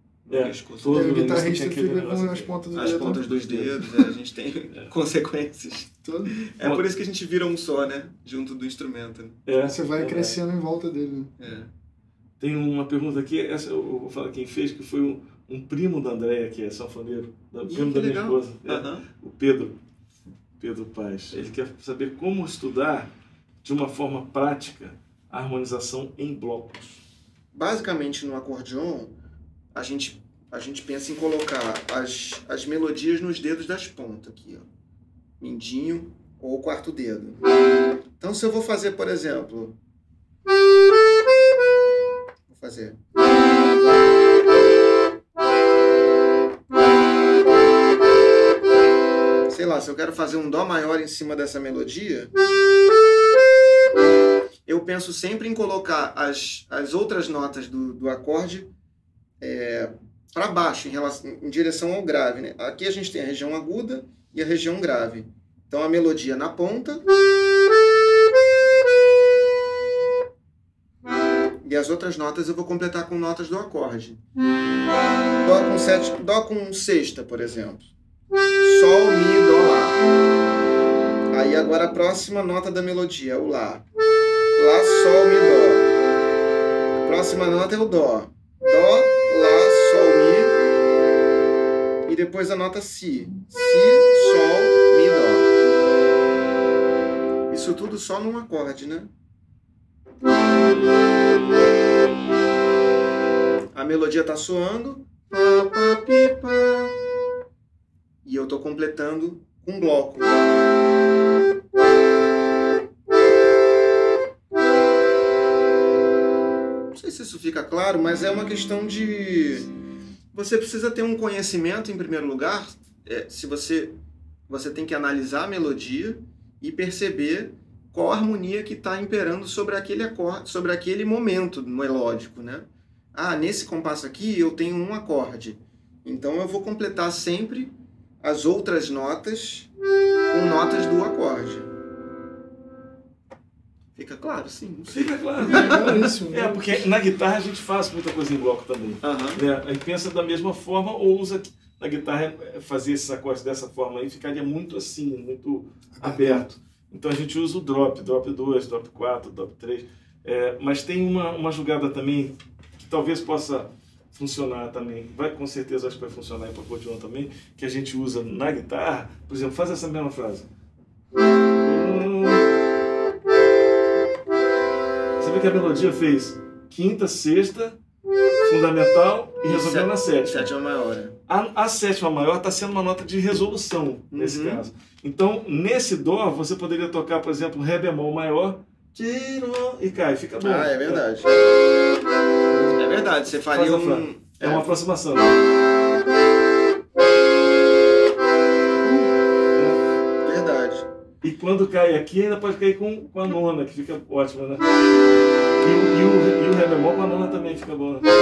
C: O guitarrista fica com as pontas dos dedos.
B: A gente tem consequências. Por isso que a gente vira um só, né? Junto do instrumento. Né?
C: Você vai crescendo em volta dele.
A: Tem uma pergunta aqui, essa eu vou falar quem fez, que foi um primo da Andréia, que é sanfoneiro, primo da minha esposa, o Pedro Paz. Ele quer saber como estudar de uma forma prática a harmonização em blocos.
B: Basicamente, no acordeon, a gente pensa em colocar as melodias nos dedos das pontas aqui, ó. Mindinho ou quarto dedo. Então, se eu vou fazer, por exemplo... Vou fazer... Sei lá, se eu quero fazer um dó maior em cima dessa melodia, eu penso sempre em colocar as outras notas do acorde para baixo, em direção ao grave, né? Aqui a gente tem a região aguda e a região grave. Então a melodia na ponta e as outras notas eu vou completar com notas do acorde. Dó com sexta, por exemplo. Sol, Mi, Dó, Lá. Aí agora a próxima nota da melodia é o Lá. Lá, Sol, Mi, Dó. A próxima nota é o Dó. Dó, Lá, Sol, Mi. E depois a nota Si. Si, Sol, Mi, Dó. Isso tudo só num acorde, né? A melodia tá soando. Pá, pá, pi, pá. E eu estou completando com um bloco. Não sei se isso fica claro, mas é uma questão de... Você precisa ter um conhecimento, em primeiro lugar. Se você tem que analisar a melodia e perceber qual a harmonia que está imperando sobre aquele acorde, sobre aquele momento melódico, né? Ah, nesse compasso aqui eu tenho um acorde. Então eu vou completar sempre as outras notas com notas do acorde. Fica claro, sim.
A: Fica claro. É claríssimo. Porque na guitarra a gente faz muita coisa em bloco também. Né? A gente pensa da mesma forma ou usa na guitarra fazer esses acordes dessa forma aí ficaria muito assim, muito aberto. Então a gente usa o drop 2, drop 4, drop 3. Mas tem uma jogada também que talvez possa funcionar também, com certeza acho que vai funcionar para o acordeon também, que a gente usa na guitarra. Por exemplo, faz essa mesma frase. Você vê que a melodia fez quinta, sexta, fundamental e resolveu na sétima.
B: Sétima maior.
A: A sétima maior está sendo uma nota de resolução, nesse caso. Então, nesse dó, você poderia tocar, por exemplo, Ré bemol maior, e cai, fica bom.
B: Ah, é verdade. É verdade, você faria
A: É uma aproximação.
B: Verdade.
A: E quando cai aqui, ainda pode cair com a nona, que fica ótima, né? E o Ré bemol com a nona também fica bom, né?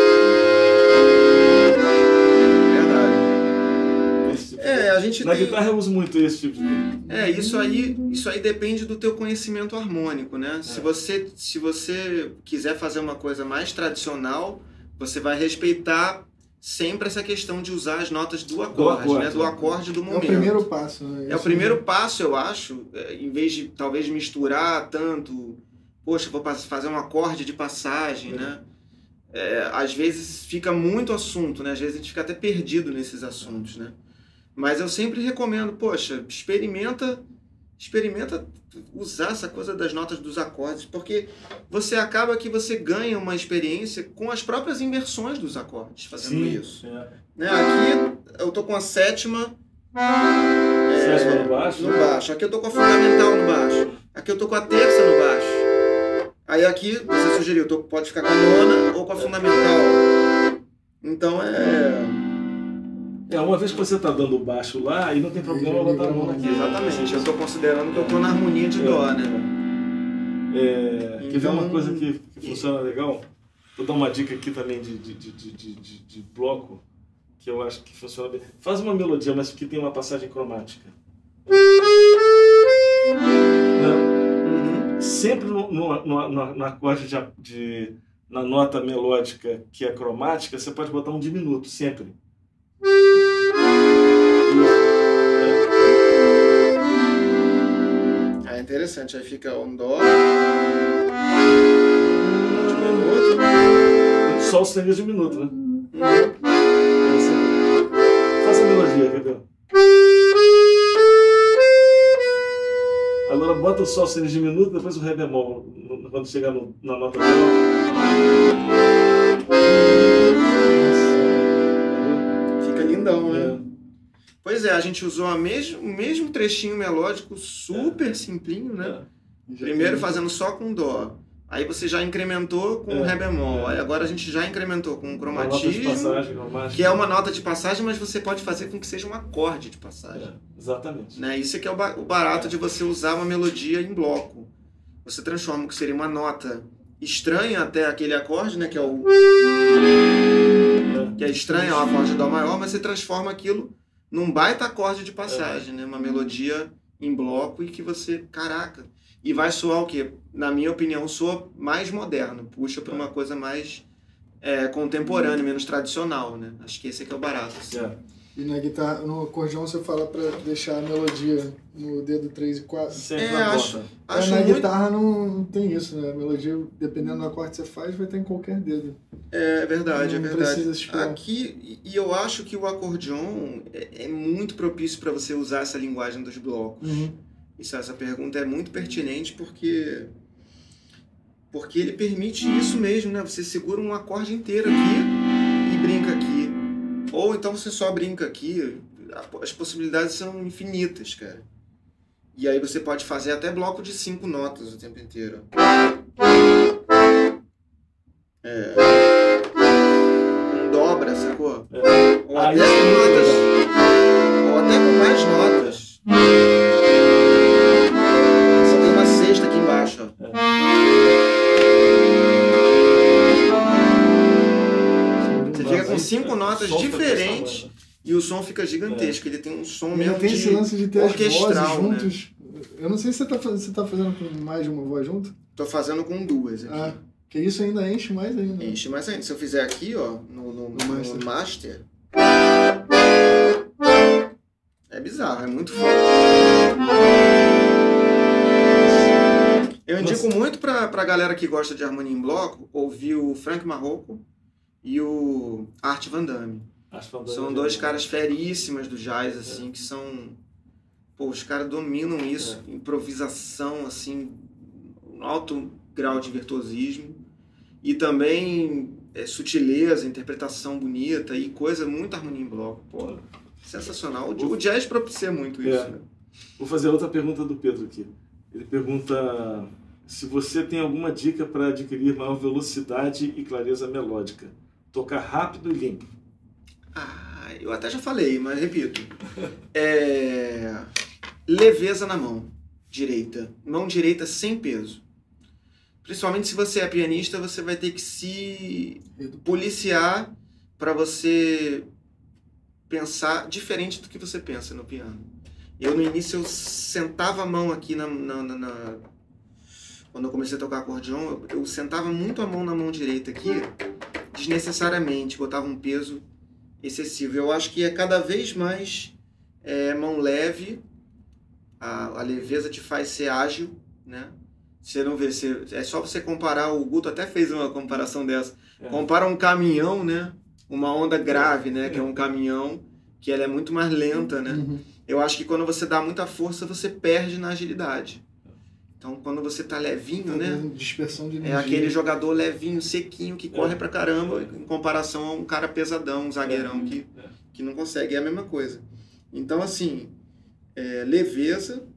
B: Verdade. A gente
A: Na guitarra eu uso muito esse tipo de...
B: Isso aí depende do teu conhecimento harmônico, né? Se você quiser fazer uma coisa mais tradicional, você vai respeitar sempre essa questão de usar as notas do acorde, né? Do acorde do momento.
C: É o primeiro passo, né?
B: É o primeiro passo, eu acho, em vez de talvez misturar tanto, poxa, vou fazer um acorde de passagem, né? Às vezes fica muito assunto, né? Às vezes a gente fica até perdido nesses assuntos, né? Mas eu sempre recomendo, poxa, experimenta usar essa coisa das notas dos acordes, porque você acaba que você ganha uma experiência com as próprias inversões dos acordes, fazendo isso. Né? Aqui eu tô com a sétima
A: no baixo.
B: Aqui eu tô com a fundamental no baixo. Aqui eu tô com a terça no baixo. Aí aqui, você sugeriu, pode ficar com a nona ou com a fundamental. Então
A: uma vez que você está dando baixo lá, aí não tem problema botar a nona aqui.
B: Exatamente, eu estou considerando que eu estou na harmonia de dó, né?
A: Quer ver uma coisa que funciona legal? Vou dar uma dica aqui também de bloco, que eu acho que funciona bem. Faz uma melodia, mas que tem uma passagem cromática. Sempre no acorde na nota melódica que é cromática, você pode botar um diminuto, sempre.
B: É interessante, aí fica um dó,
A: só os 3 de minuto, né? bota o sol sendo diminuto, depois o ré bemol, quando chegar na nota dó.
B: Fica lindão, né? Pois é, a gente usou o mesmo trechinho melódico super simplinho, né? Primeiro fazendo só com dó. Aí você já incrementou com ré bemol. Aí agora a gente já incrementou com cromatismo, que é uma nota de passagem, mas você pode fazer com que seja um acorde de passagem.
A: Exatamente.
B: Né? Isso é que é o barato de você usar uma melodia em bloco. Você transforma o que seria uma nota estranha até aquele acorde, né? Que é o... que é estranha, é o acorde de dó maior, mas você transforma aquilo num baita acorde de passagem, né? Uma melodia em bloco e que você... Caraca! E vai soar o quê? Na minha opinião, soa mais moderno. Puxa para uma coisa mais contemporânea, menos tradicional, né? Acho que esse é que é o barato. Assim.
C: E na guitarra, no acordeão, você fala para deixar a melodia no dedo 3 e 4?
A: Sempre acho
C: na muito... guitarra não tem isso, né? A melodia, dependendo do acorde que você faz, vai estar em qualquer dedo.
B: É verdade,
C: não
B: é verdade.
C: Precisa esperar.
B: Aqui, e eu acho que o acordeão é muito propício para você usar essa linguagem dos blocos. Essa pergunta é muito pertinente porque ele permite isso mesmo, né? Você segura um acorde inteiro aqui e brinca aqui. Ou então você só brinca aqui. As possibilidades são infinitas, cara. E aí você pode fazer até bloco de 5 notas o tempo inteiro. Com dobra, sacou? Ou até com notas. Ou até com mais notas. Aqui embaixo, ó. Você fica com 5 notas diferentes e o som fica gigantesco. Ele tem um som mesmo
C: tem esse lance de ter
B: orquestral,
C: as vozes juntos. Né? Eu não sei se você tá fazendo com mais de uma voz junto.
B: Tô fazendo com 2 aqui.
C: Que isso ainda enche mais ainda.
B: Enche mais ainda. Se eu fizer aqui, ó, no master, é bizarro, é muito foda. Eu indico muito pra galera que gosta de harmonia em bloco ouvir o Frank Marrocco e o Art Van Damme. São 2 caras feríssimas do jazz, assim, que são... Pô, os caras dominam isso, improvisação, assim, um alto grau de virtuosismo. E também sutileza, interpretação bonita e coisa, muita harmonia em bloco. Pô, sensacional. O jazz propicia muito isso, né?
A: Vou fazer outra pergunta do Pedro aqui. Ele pergunta se você tem alguma dica para adquirir maior velocidade e clareza melódica. Tocar rápido e limpo.
B: Eu até já falei, mas repito. Leveza na mão direita. Mão direita sem peso. Principalmente se você é pianista, você vai ter que se policiar para você pensar diferente do que você pensa no piano. Eu, no início, eu sentava a mão aqui quando eu comecei a tocar acordeon, eu sentava muito a mão na mão direita aqui, desnecessariamente, botava um peso excessivo. Eu acho que é cada vez mais mão leve, a leveza te faz ser ágil, né? Você não vê, é só você comparar, o Guto até fez uma comparação dessa, compara um caminhão, né? Uma onda grave, né? Que é um caminhão, que ela é muito mais lenta, né? Eu acho que quando você dá muita força, você perde na agilidade. Então, quando você tá levinho, né?
C: Dispersão de energia.
B: É aquele jogador levinho, sequinho, que corre pra caramba, em comparação a um cara pesadão, um zagueirão que não consegue. É a mesma coisa. Então, assim, leveza.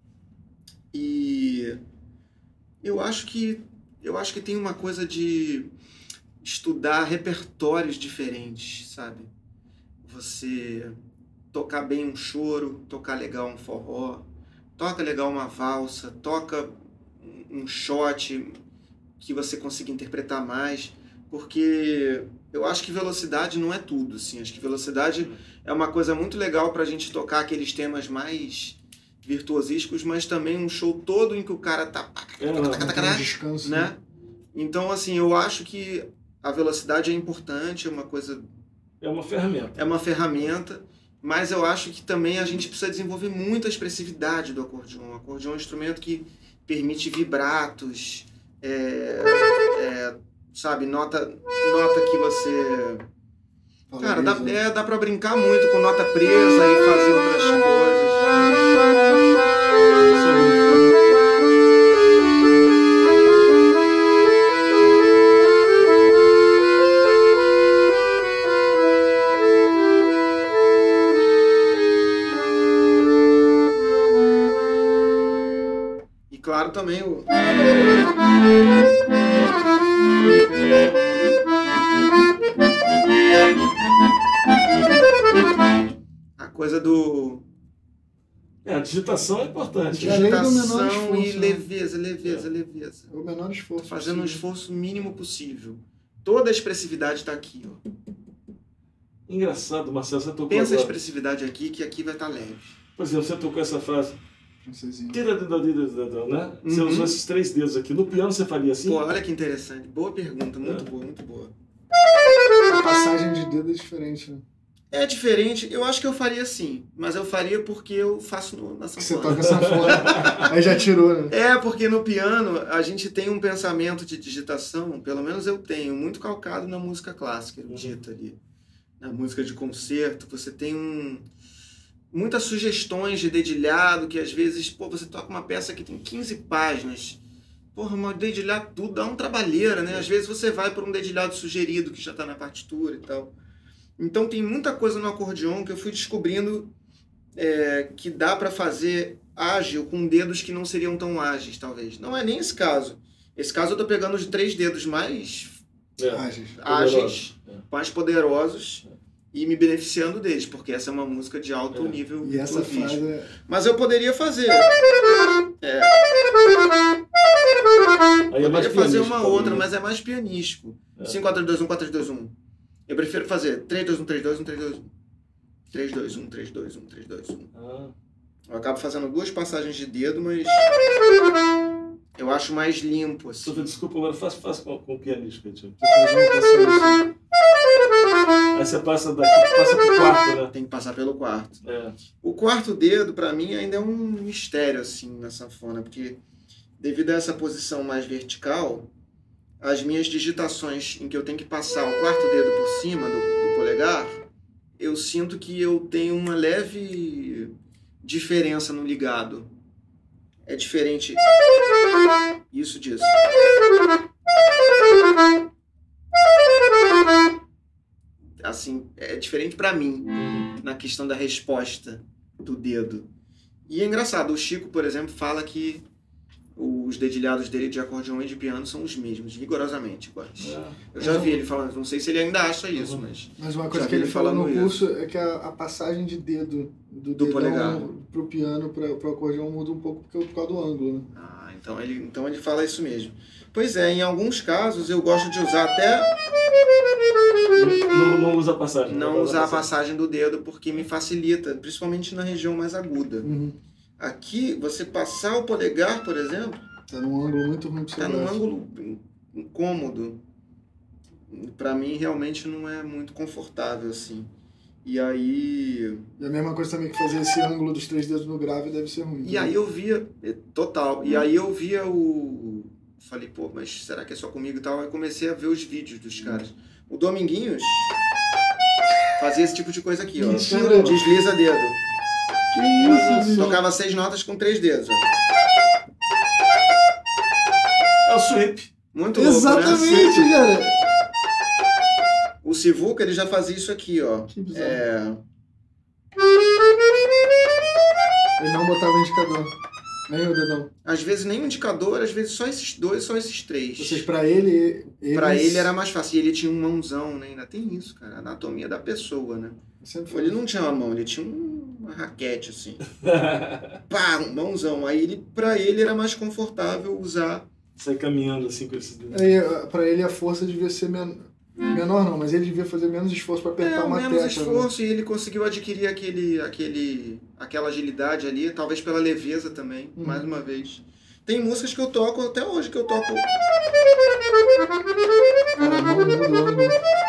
B: E eu acho que tem uma coisa de estudar repertórios diferentes, sabe? Você tocar bem um choro, tocar legal um forró, toca legal uma valsa, toca um shot que você consiga interpretar mais, porque eu acho que velocidade não é tudo, assim. Acho que velocidade é uma coisa muito legal pra gente tocar aqueles temas mais virtuosísticos, mas também um show todo em que o cara tá...
C: descanso,
B: né? Então, assim, eu acho que a velocidade é importante, é uma coisa...
A: É uma ferramenta.
B: É uma ferramenta, mas eu acho que também a gente precisa desenvolver muita expressividade do acordeon. O acordeon é um instrumento que permite vibratos, sabe, nota que você... Cara, dá pra brincar muito com nota presa e fazer outras coisas. claro, também o... a coisa do...
A: A digitação é importante.
B: Digitação e leveza.
C: O menor esforço.
B: Tô fazendo um esforço mínimo possível. Toda a expressividade está aqui, ó.
A: Engraçado, Marcelo, você tocou
B: Pensa
A: agora.
B: a expressividade aqui, que aqui vai estar leve.
A: Por exemplo, você tocou essa frase. Né? Você
B: Uhum.
A: usou esses 3 dedos aqui. No piano você faria assim?
B: Pô, olha que interessante. Boa pergunta, muito boa, muito boa.
C: A passagem de dedo é diferente, né?
B: É diferente, eu acho que eu faria assim, mas eu faria porque eu faço na sanfona.
C: Você toca sanfona, aí já tirou, né?
B: É, porque no piano a gente tem um pensamento de digitação, pelo menos eu tenho, muito calcado na música clássica, erudita ali. Na música de concerto, você tem muitas sugestões de dedilhado, que às vezes, pô, você toca uma peça que tem 15 páginas. Porra, mas dedilhar tudo dá um trabalheira, né? Às vezes você vai por um dedilhado sugerido que já está na partitura e tal. Então tem muita coisa no acordeon que eu fui descobrindo que dá para fazer ágil com dedos que não seriam tão ágeis, talvez. Não é nem esse caso. Esse caso eu tô pegando os 3 dedos mais ágeis, mais poderosos e me beneficiando deles, porque essa é uma música de alto nível.
C: E essa frase
B: Mas eu poderia fazer.
A: Aí é mais
B: poderia fazer uma
A: pianístico,
B: outra,
A: né?
B: mas é mais pianístico. 5, 4, 2, 1, 4, 2, 1. Eu prefiro fazer 3, 2, 1, 3, 2, 1, 3, 2, 1. 3, 2, 1, 3, 2, 1, 3, 2, 1. Eu acabo fazendo 2 passagens de dedo, mas eu acho mais limpo, assim.
A: Desculpa, agora faço com o pianístico. Aí você passa daqui, passa pro quarto, né?
B: Tem que passar pelo quarto.
A: É.
B: O quarto dedo, pra mim, ainda é um mistério, assim, na sanfona, porque devido a essa posição mais vertical, as minhas digitações em que eu tenho que passar o quarto dedo por cima do polegar, eu sinto que eu tenho uma leve diferença no ligado. É diferente isso disso. Assim, é diferente pra mim, na questão da resposta do dedo. E é engraçado, o Chico, por exemplo, fala que os dedilhados dele de acordeão e de piano são os mesmos, rigorosamente iguais. Eu já vi ele falando, não sei se ele ainda acha isso,
C: mas uma coisa que ele fala no curso é que a passagem de dedo do
B: polegar
C: pro piano, pro acordeão muda um pouco por causa do ângulo, né?
B: Ah, então ele fala isso mesmo. Pois é, em alguns casos eu gosto de usar até...
A: Não usa a passagem.
B: Não usar a passagem do dedo porque me facilita, principalmente na região mais aguda. Aqui, você passar o polegar, por exemplo...
C: Tá num ângulo muito ruim pra você.
B: Tá num ângulo incômodo. Pra mim, realmente não é muito confortável, assim. E aí...
C: E a mesma coisa também que fazer esse ângulo dos 3 dedos no grave deve ser ruim.
B: E aí eu via... Total. E aí eu via o... Falei, pô, mas será que é só comigo e tal? Aí comecei a ver os vídeos dos caras. O Dominguinhos fazia esse tipo de coisa aqui, ó.
C: Mentira.
B: Desliza dedo.
C: Que isso, bicho?
B: Tocava 6 notas com 3 dedos, ó.
A: É o sweep.
B: Muito louco,
C: exatamente,
B: né?
C: cara.
B: O Sivuca, ele já fazia isso aqui, ó.
C: Que bizarro. Ele não botava o indicador. Nem o dedão.
B: Às vezes nem o indicador, às vezes só esses 2, só esses 3.
C: Vocês, pra ele...
B: Pra ele era mais fácil. E ele tinha um mãozão, né? Ainda tem isso, cara. A anatomia da pessoa, né? Ele não tinha uma mão, ele tinha uma raquete, assim. Pá, um mãozão. Aí pra ele era mais confortável usar...
A: Sai caminhando assim com esse dedo.
C: Aí, pra ele a força devia ser menor não, mas ele devia fazer menos esforço para apertar uma tecla.
B: Menos esforço, né? E ele conseguiu adquirir aquela agilidade ali, talvez pela leveza também, mais uma vez. Tem músicas que eu toco até hoje, que eu toco...
C: Cara, não muda o ângulo.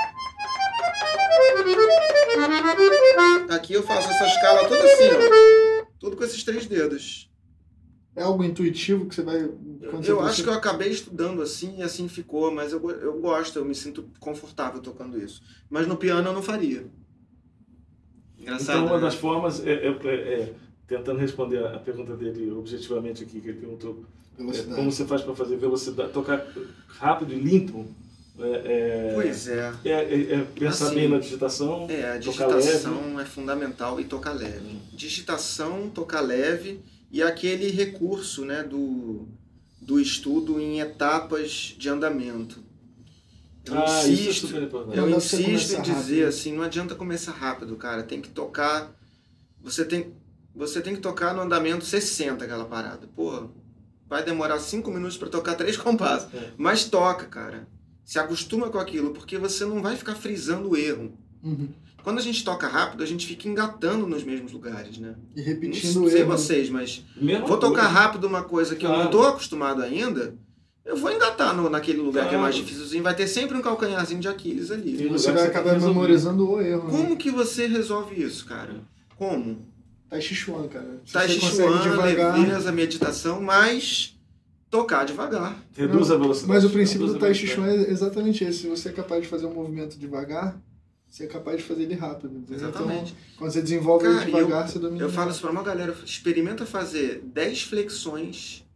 B: Aqui eu faço essa escala toda assim, ó. Tudo com esses 3 dedos.
C: É algo intuitivo que você vai...
B: Eu acho que eu acabei estudando assim e assim ficou, mas eu gosto, eu me sinto confortável tocando isso. Mas no piano eu não faria. Engraçado,
A: então uma
B: né?
A: das formas tentando responder a pergunta dele objetivamente aqui, que ele perguntou como você faz para fazer velocidade, tocar rápido e limpo.
B: Pois é.
A: Pensar
B: assim,
A: bem na digitação.
B: A digitação é fundamental e tocar leve. Digitação, tocar leve e aquele recurso, né, do estudo em etapas de andamento. Eu insisto em dizer assim, não adianta começar rápido, cara. Tem que tocar. Você tem que tocar no andamento 60 aquela parada. Pô, vai demorar 5 minutos para tocar 3 compassos. Mas toca, cara. Se acostuma com aquilo, porque você não vai ficar frisando o erro.
C: Uhum.
B: Quando a gente toca rápido, a gente fica engatando nos mesmos lugares, né?
C: E repetindo o erro.
B: Não sei vocês, mas vou tocar rápido uma coisa que eu não tô acostumado ainda, eu vou engatar naquele lugar que é mais difícil. Vai ter sempre um calcanharzinho de Aquiles ali.
C: E você vai acabar memorizando o erro.
B: Como que você resolve isso, cara? Como?
C: Tai Chi Chuan, cara.
B: Tai Chi Chuan, leveza, meditação, mas tocar devagar.
A: Reduz a velocidade.
C: Mas o princípio do Tai Chi Chuan é exatamente esse. Se você é capaz de fazer um movimento devagar, você é capaz de fazer ele rápido. Entendeu?
B: Exatamente.
C: Então, quando você desenvolve ele devagar, você domina.
B: Eu falo isso pra uma galera, experimenta fazer 10 flexões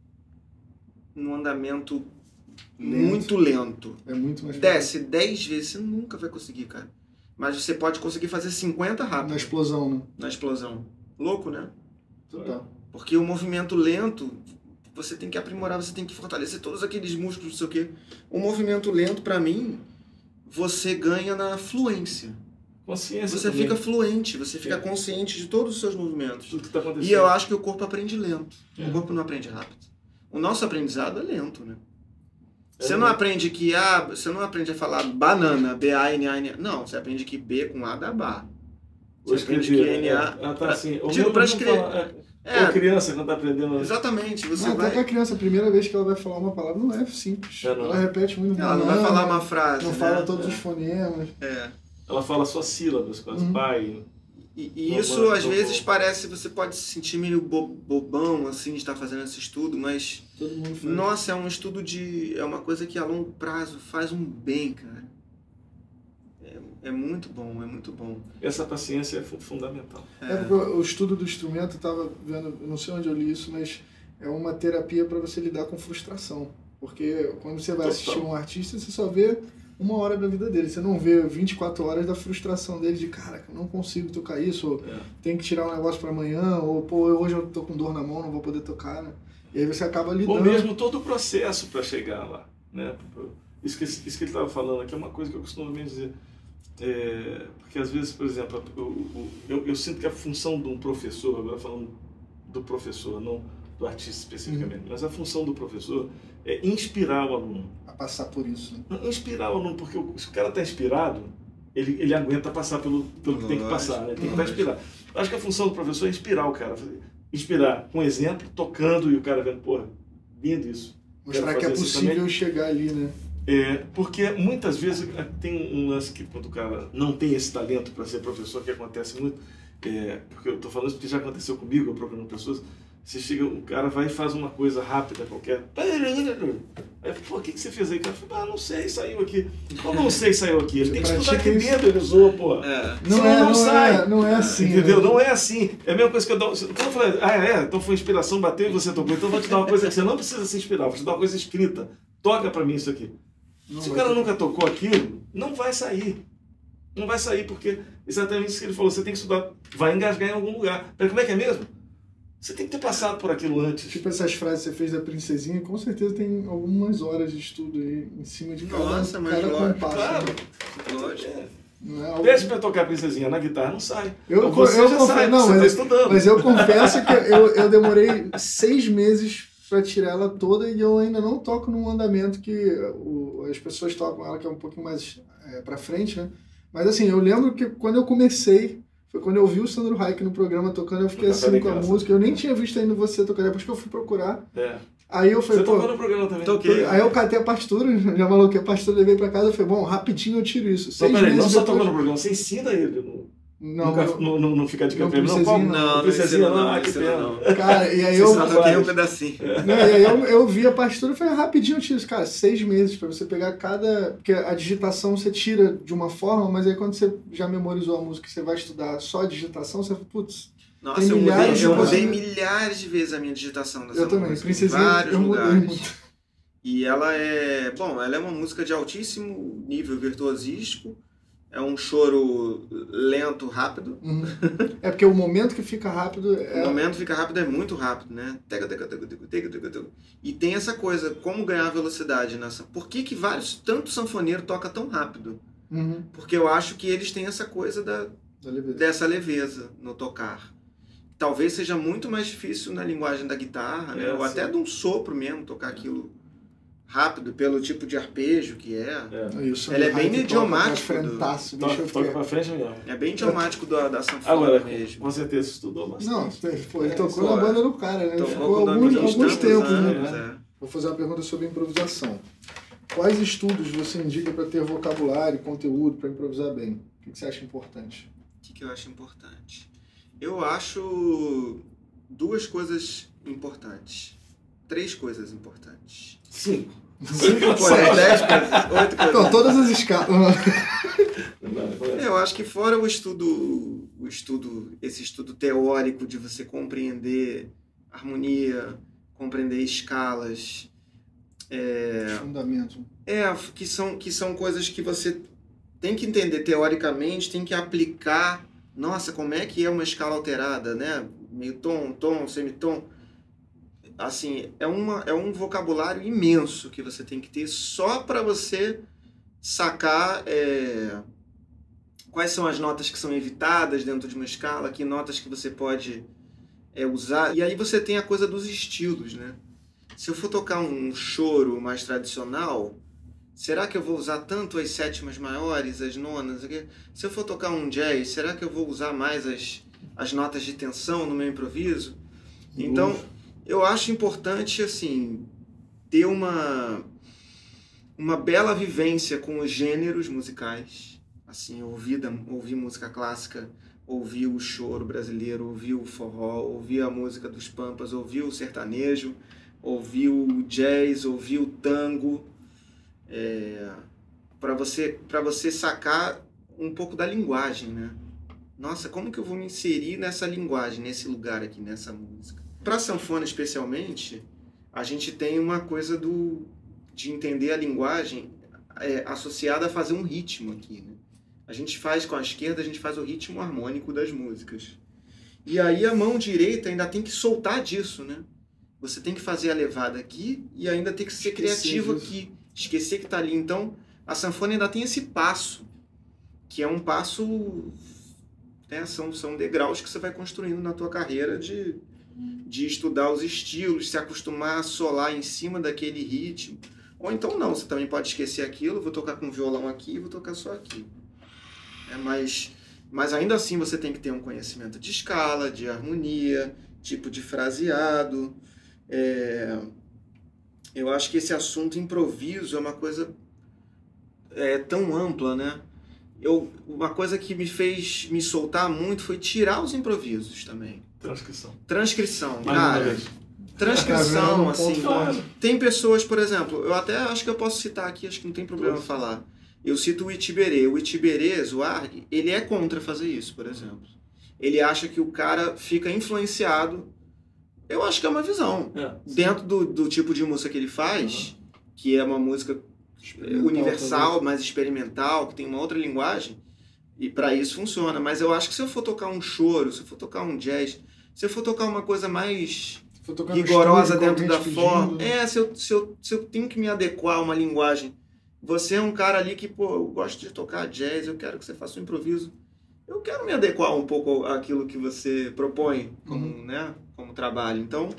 B: num andamento muito lento.
C: É muito mais
B: Desce 10 vezes, você nunca vai conseguir, cara. Mas você pode conseguir fazer 50 rápido.
C: Na explosão, né?
B: Na explosão. Louco, né?
C: Total.
B: Porque o movimento lento, você tem que aprimorar, você tem que fortalecer todos aqueles músculos, não sei o quê. O movimento lento, pra mim, você ganha na fluência.
A: Consciência
B: Você
A: também.
B: fica fluente, você fica consciente de todos os seus movimentos.
A: Tudo que tá acontecendo.
B: E eu acho que o corpo aprende lento. O corpo não aprende rápido. O nosso aprendizado é lento, né? Você não aprende que você não aprende a falar banana, B-A-N-A-N. Não, você aprende que B com A dá bar. Você aprende que N-A.
A: Tá assim.
B: Tipo, pra escrever.
A: Ou criança quando tá aprendendo.
B: Exatamente. Você
C: Até que a criança, a primeira vez que ela vai falar uma palavra, não é simples. Ela repete muito.
B: Ela não vai falar uma frase.
C: Não fala todos os fonemas.
A: Ela fala só sílabas, quase pai.
B: E isso, às vezes, parece... Você pode se sentir meio bobão, assim, de estar fazendo esse estudo, mas...
C: Todo mundo faz.
B: Nossa, é um estudo de... É uma coisa que a longo prazo faz um bem, cara. É muito bom, é muito bom.
A: Essa paciência é fundamental.
C: O estudo do instrumento, eu estava vendo, eu não sei onde eu li isso, mas é uma terapia para você lidar com frustração. Porque quando você vai assistir um artista, você só vê 1 hora da vida dele. Você não vê 24 horas da frustração dele de, cara, eu não consigo tocar isso, ou tem que tirar um negócio para amanhã, ou pô, hoje eu tô com dor na mão, não vou poder tocar, né? E aí você acaba lidando...
A: Ou mesmo todo o processo para chegar lá, né? Isso que ele estava falando aqui é uma coisa que eu costumo dizer. Porque às vezes, por exemplo, eu sinto que a função de um professor, agora falando do professor, não do artista especificamente, mas a função do professor é inspirar o aluno.
C: A passar por isso. Né?
A: Inspirar o aluno, porque se o cara está inspirado, ele aguenta passar pelo que tem que passar, né? Tem que estar inspirado. Acho que a função do professor é inspirar o cara, inspirar com exemplo, tocando e o cara vendo, pô, lindo isso.
C: Mostrar que é possível chegar ali, né?
A: Porque muitas vezes tem um lance que quando o cara não tem esse talento para ser professor, que acontece muito, porque eu estou falando isso porque já aconteceu comigo, eu procurando pessoas, você chega, o cara vai e faz uma coisa rápida qualquer, aí pô, o que você fez aí? O cara fala, não sei, saiu aqui. Como não sei, saiu aqui? Ele tem que estudar aqui dentro, ele usou, pô.
C: Não sai. Não é assim.
A: Entendeu? Não é assim. É a mesma coisa que eu dou. Então eu falei, então foi inspiração, bateu e você tocou. Então eu vou te dar uma coisa que você não precisa se inspirar, vou te dar uma coisa escrita. Toca pra mim isso aqui. Se o cara nunca tocou aquilo, não vai sair. Não vai sair, porque exatamente isso que ele falou, você tem que estudar, vai engasgar em algum lugar. Mas como é que é mesmo? Você tem que ter passado por aquilo antes.
C: Tipo essas frases que você fez da princesinha, com certeza tem algumas horas de estudo aí em cima de cada compasso.
A: Claro,
C: né?
A: lógico. Pede pra tocar a princesinha na guitarra, não sai.
C: Você está estudando. Mas eu confesso que eu demorei 6 meses para tirar ela toda e eu ainda não toco num andamento que as pessoas tocam ela, que é um pouquinho mais para frente, né? Mas assim, eu lembro que quando eu comecei, foi quando eu vi o Sandro Reich no programa tocando, eu fiquei assim com a música, eu nem tinha visto ainda você tocar, depois que eu fui procurar. Aí eu falei,
A: você tocou no programa também?
B: Toquei.
C: Aí eu catei a partitura, já maluquei a partitura, levei pra casa, eu falei, bom, rapidinho eu tiro isso.
A: Não só tocou no programa, você ensina ele não fica de campeão,
B: não,
A: princesinha não, que pena.
C: Cara, e aí eu...
B: toquei um pedacinho.
C: E aí eu vi a partitura e falei, rapidinho eu tiro isso. Cara, 6 meses pra você pegar cada... Porque a digitação você tira de uma forma, mas aí quando você já memorizou a música e você vai estudar só a digitação, você fala, putz...
B: Nossa, eu mudei milhares de vezes a minha digitação dessa música.
C: Eu também, princesinha,
B: em vários lugares.
C: Muito.
B: E ela é uma música de altíssimo nível virtuosístico, É um choro lento, rápido.
C: É porque o momento que fica rápido
B: O momento que fica rápido é muito rápido, né? E tem essa coisa, como ganhar velocidade nessa... Por que tanto sanfoneiro toca tão rápido? Porque eu acho que eles têm essa coisa dessa leveza no tocar. Talvez seja muito mais difícil na linguagem da guitarra, né? Ou até de um sopro mesmo, tocar aquilo rápido, pelo tipo de arpejo que é. Ela é bem idiomático.
A: Toca pra frente mesmo.
B: É bem idiomático da sanfona
A: agora,
B: mesmo.
A: Com certeza estudou bastante.
C: Não, pô, ele tocou na banda do cara, né? Ele ficou alguns tempos, né? Vou fazer uma pergunta sobre improvisação. Quais estudos você indica para ter vocabulário, conteúdo, para improvisar bem? O que você acha importante?
B: O que eu acho importante? Eu acho 2 coisas importantes. 3 coisas importantes.
A: 5.
B: 5 coisas, 10 coisas, 8 coisas.
C: Então, todas as escalas.
B: Eu acho que fora esse estudo teórico de você compreender harmonia, compreender escalas,
C: fundamentos.
B: Que são coisas que você tem que entender teoricamente, tem que aplicar. Nossa, como é que é uma escala alterada, né? Meio tom, semitom. Assim, é um vocabulário imenso que você tem que ter só para você sacar quais são as notas que são evitadas dentro de uma escala, que notas que você pode usar. E aí você tem a coisa dos estilos, né? Se eu for tocar um choro mais tradicional, será que eu vou usar tanto as sétimas maiores, as nonas? Se eu for tocar um jazz, será que eu vou usar mais as notas de tensão no meu improviso? Então, eu acho importante, assim, ter uma bela vivência com os gêneros musicais. Assim, ouvir música clássica, ouvir o choro brasileiro, ouvir o forró, ouvir a música dos Pampas, ouvir o sertanejo, ouvir o jazz, ouvir o tango, para você sacar um pouco da linguagem, né? Nossa, como que eu vou me inserir nessa linguagem, nesse lugar aqui, nessa música? Para sanfona, especialmente, a gente tem uma coisa de entender a linguagem associada a fazer um ritmo aqui, né? A gente faz com a esquerda, a gente faz o ritmo harmônico das músicas. E aí a mão direita ainda tem que soltar disso, né? Você tem que fazer a levada aqui e ainda tem que ser criativo aqui. Esquecer que está ali. Então, a sanfona ainda tem esse passo, que é um passo... Né, são degraus que você vai construindo na tua carreira de estudar os estilos, se acostumar a solar em cima daquele ritmo. Ou então não, você também pode esquecer aquilo, vou tocar com violão aqui e vou tocar só aqui. Mas ainda assim você tem que ter um conhecimento de escala, de harmonia, tipo de fraseado. Eu acho que esse assunto improviso é uma coisa tão ampla, né? Uma coisa que me fez me soltar muito foi tirar os improvisos também. Transcrição, cara. Transcrição, assim. Tem pessoas, por exemplo, eu até acho que eu posso citar aqui, acho que não tem problema falar. Eu cito o Itiberê. O Itiberê, Zuarg, ele é contra fazer isso, por exemplo. Ele acha que o cara fica influenciado. Eu acho que é uma visão. Dentro do tipo de música que ele faz, que é uma música universal, mais experimental, que tem uma outra linguagem, e para isso funciona. Mas eu acho que se eu for tocar um choro, se eu for tocar um jazz, se eu for tocar uma coisa mais rigorosa dentro da forma, se eu tenho que me adequar a uma linguagem, você é um cara ali que, pô, eu gosto de tocar jazz, eu quero que você faça um improviso, eu quero me adequar um pouco àquilo que você propõe como trabalho. Então,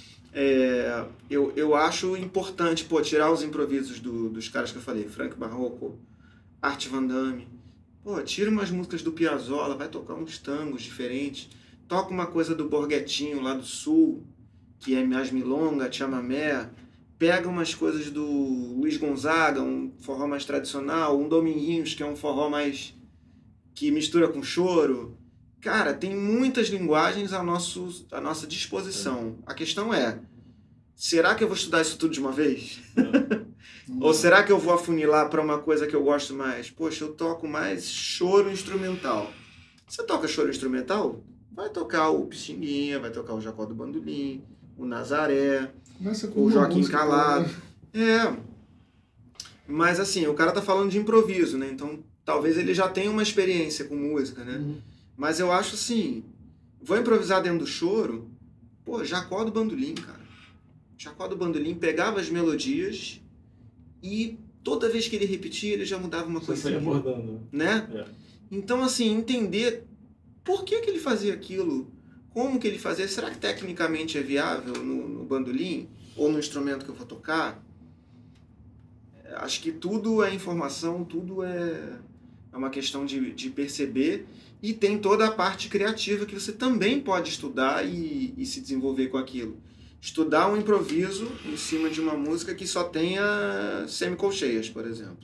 B: eu acho importante, tirar os improvisos dos caras que eu falei, Frank Barroco, Art Van Damme. Tira umas músicas do Piazzolla, vai tocar uns tangos diferentes, toca uma coisa do Borghettino lá do Sul, que é As Milonga, Chamamé, pega umas coisas do Luiz Gonzaga, um forró mais tradicional, um Dominguinhos, que é um forró mais que mistura com choro. Cara, tem muitas linguagens à nossa disposição. A questão é, será que eu vou estudar isso tudo de uma vez? Ou será que eu vou afunilar para uma coisa que eu gosto mais? Poxa, eu toco mais choro instrumental. Você toca choro instrumental? Vai tocar o Pixinguinha, vai tocar o Jacó do Bandolim, o Nazaré, o Joaquim Calado. Mas assim, o cara tá falando de improviso, né? Então talvez ele já tenha uma experiência com música, né? Mas eu acho assim, vou improvisar dentro do choro, pô, Jacó do Bandolim, cara. Jacó do Bandolim pegava as melodias e toda vez que ele repetia, ele já mudava uma coisa.
A: Você saia abordando.
B: Né?
A: É.
B: Então, assim, entender por que ele fazia aquilo, como que ele fazia, será que tecnicamente é viável no bandolim ou no instrumento que eu vou tocar? Acho que tudo é informação, tudo é uma questão de perceber, e tem toda a parte criativa que você também pode estudar e se desenvolver com aquilo. Estudar um improviso em cima de uma música que só tenha semicolcheias, por exemplo.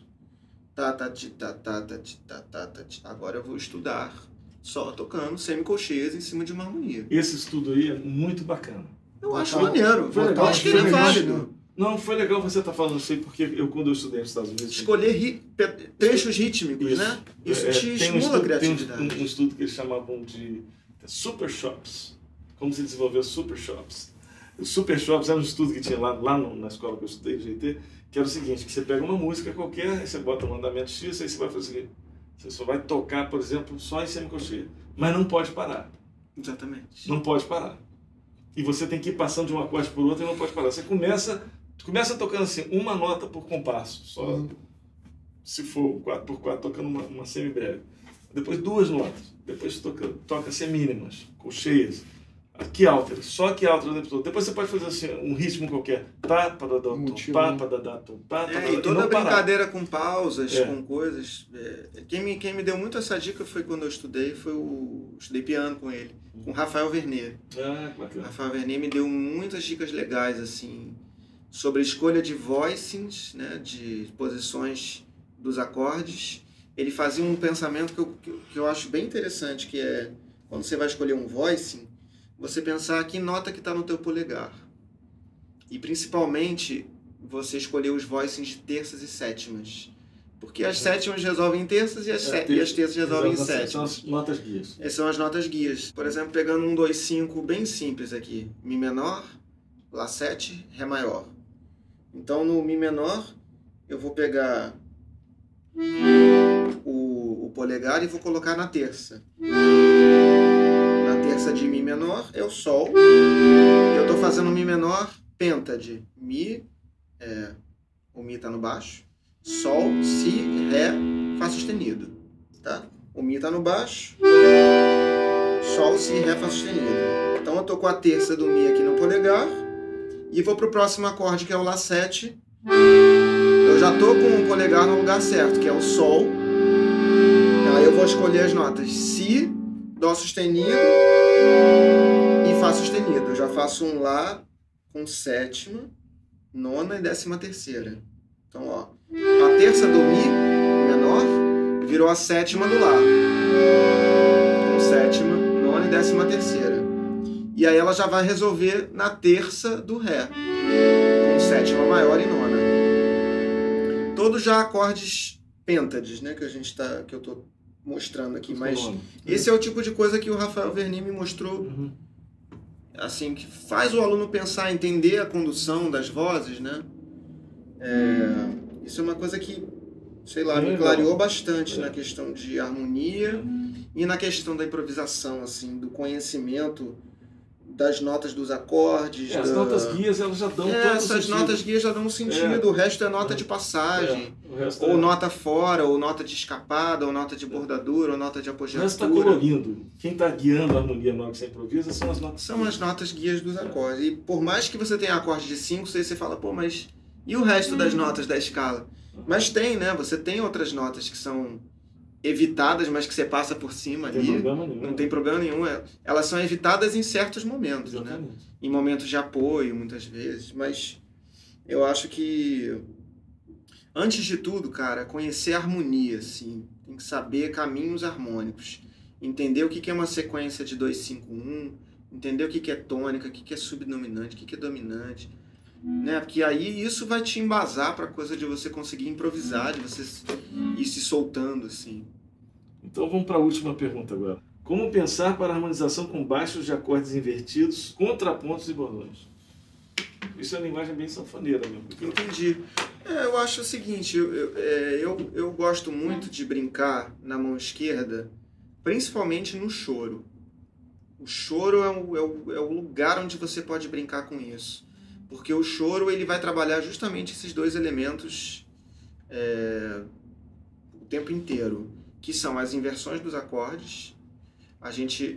B: Agora eu vou estudar só tocando semicolcheias em cima de uma harmonia.
A: Esse estudo aí é muito bacana.
B: Eu acho maneiro.
A: Eu
B: acho que ele é válido.
A: Não, foi legal você estar falando isso aí, porque quando eu estudei nos Estados Unidos...
B: Escolher trechos rítmicos,
A: isso,
B: né? Isso te estimula a criatividade.
A: Tem um estudo que eles chamavam de super shops. Como se desenvolveu super shops. Os super shops era um estudo que tinha lá na escola que eu estudei, GT, que era o seguinte, que você pega uma música qualquer, aí você bota um andamento X, aí você vai fazer o seguinte, você só vai tocar, por exemplo, só em semicolcheia, mas não pode parar.
B: Exatamente.
A: Não pode parar. E você tem que ir passando de um acorde por outro e não pode parar. Você começa tocando assim, uma nota por compasso, só se for 4x4, tocando uma semi-breve. Depois 2 notas, depois toca semínimas, colcheias, que alter, só que alter o tempo todo. Depois você pode fazer assim, um ritmo qualquer.
B: E toda brincadeira com pausas, com coisas. Quem me deu muito essa dica foi quando eu estudei piano com ele, com Rafael Vernet. Rafael Vernet me deu muitas dicas legais, assim, sobre a escolha de voicings, né, de posições dos acordes. Ele fazia um pensamento que eu acho bem interessante, que é, quando você vai escolher um voicing, você pensar que nota que está no teu polegar. E principalmente, você escolher os voicings de terças e sétimas. Porque as sétimas resolvem em terças e as terças resolvem em sétimas.
A: São as notas guias.
B: Essas são as notas guias. Por exemplo, pegando um 2, 5 bem simples aqui. Mi menor, Lá 7, Ré maior. Então, no Mi menor, eu vou pegar o polegar e vou colocar na terça. Na terça de Mi menor é o Sol. Eu estou fazendo Mi menor pêntade. Mi, o Mi está no baixo. Sol, Si, Ré, Fá sustenido. Tá? O Mi está no baixo. Sol, Si, Ré, Fá sustenido. Então eu estou com a terça do Mi aqui no polegar. E vou para o próximo acorde, que é o Lá 7. Eu já estou com o polegar no lugar certo, que é o Sol. Aí eu vou escolher as notas Si, Dó sustenido e Fá sustenido. Eu já faço um Lá com sétima, nona e 13ª. Então, ó, a terça do Mi menor virou a sétima do Lá. Com sétima, nona e 13ª. E aí ela já vai resolver na terça do Ré, com sétima maior e nona. Todos já acordes pêntades, né, que eu estou mostrando aqui. Mas esse é o tipo de coisa que o Rafael Vernet me mostrou, assim, que faz o aluno pensar, entender a condução das vozes, né? Isso é uma coisa que, sei lá, me clareou bastante na questão de harmonia e na questão da improvisação, assim, do conhecimento das notas dos acordes.
A: As notas guias, elas já dão todo
B: essas
A: sentido.
B: Notas guias já dão um sentido, o resto é nota de passagem, ou nota fora, ou nota de escapada, ou nota de bordadura, ou nota de apogiatura.
A: O resto está colorindo. Quem está guiando a harmonia na hora que você improvisa são as notas.
B: São as notas guias dos acordes. E por mais que você tenha acorde de 5, você fala, pô, mas e o resto das notas da escala? Mas tem, né? Você tem outras notas que são evitadas, mas que você passa por cima ali. Não tem problema nenhum. Elas são evitadas em certos momentos, né? Em momentos de apoio, muitas vezes. Mas eu acho que, antes de tudo, cara, conhecer a harmonia, assim. Tem que saber caminhos harmônicos. Entender o que é uma sequência de 2, 5, 1. Entender o que é tônica, o que é subdominante, o que é dominante. Né? Porque aí isso vai te embasar para a coisa de você conseguir improvisar, de você ir se soltando, assim.
A: Então vamos para a última pergunta agora. Como pensar para a harmonização com baixos de acordes invertidos, contrapontos e bordões? Isso é uma linguagem bem sanfoneira mesmo.
B: Entendi. Eu acho o seguinte, eu gosto muito de brincar na mão esquerda, principalmente no choro. O choro é o lugar onde você pode brincar com isso. Porque o choro ele vai trabalhar justamente esses dois elementos o tempo inteiro, que são as inversões dos acordes. A gente...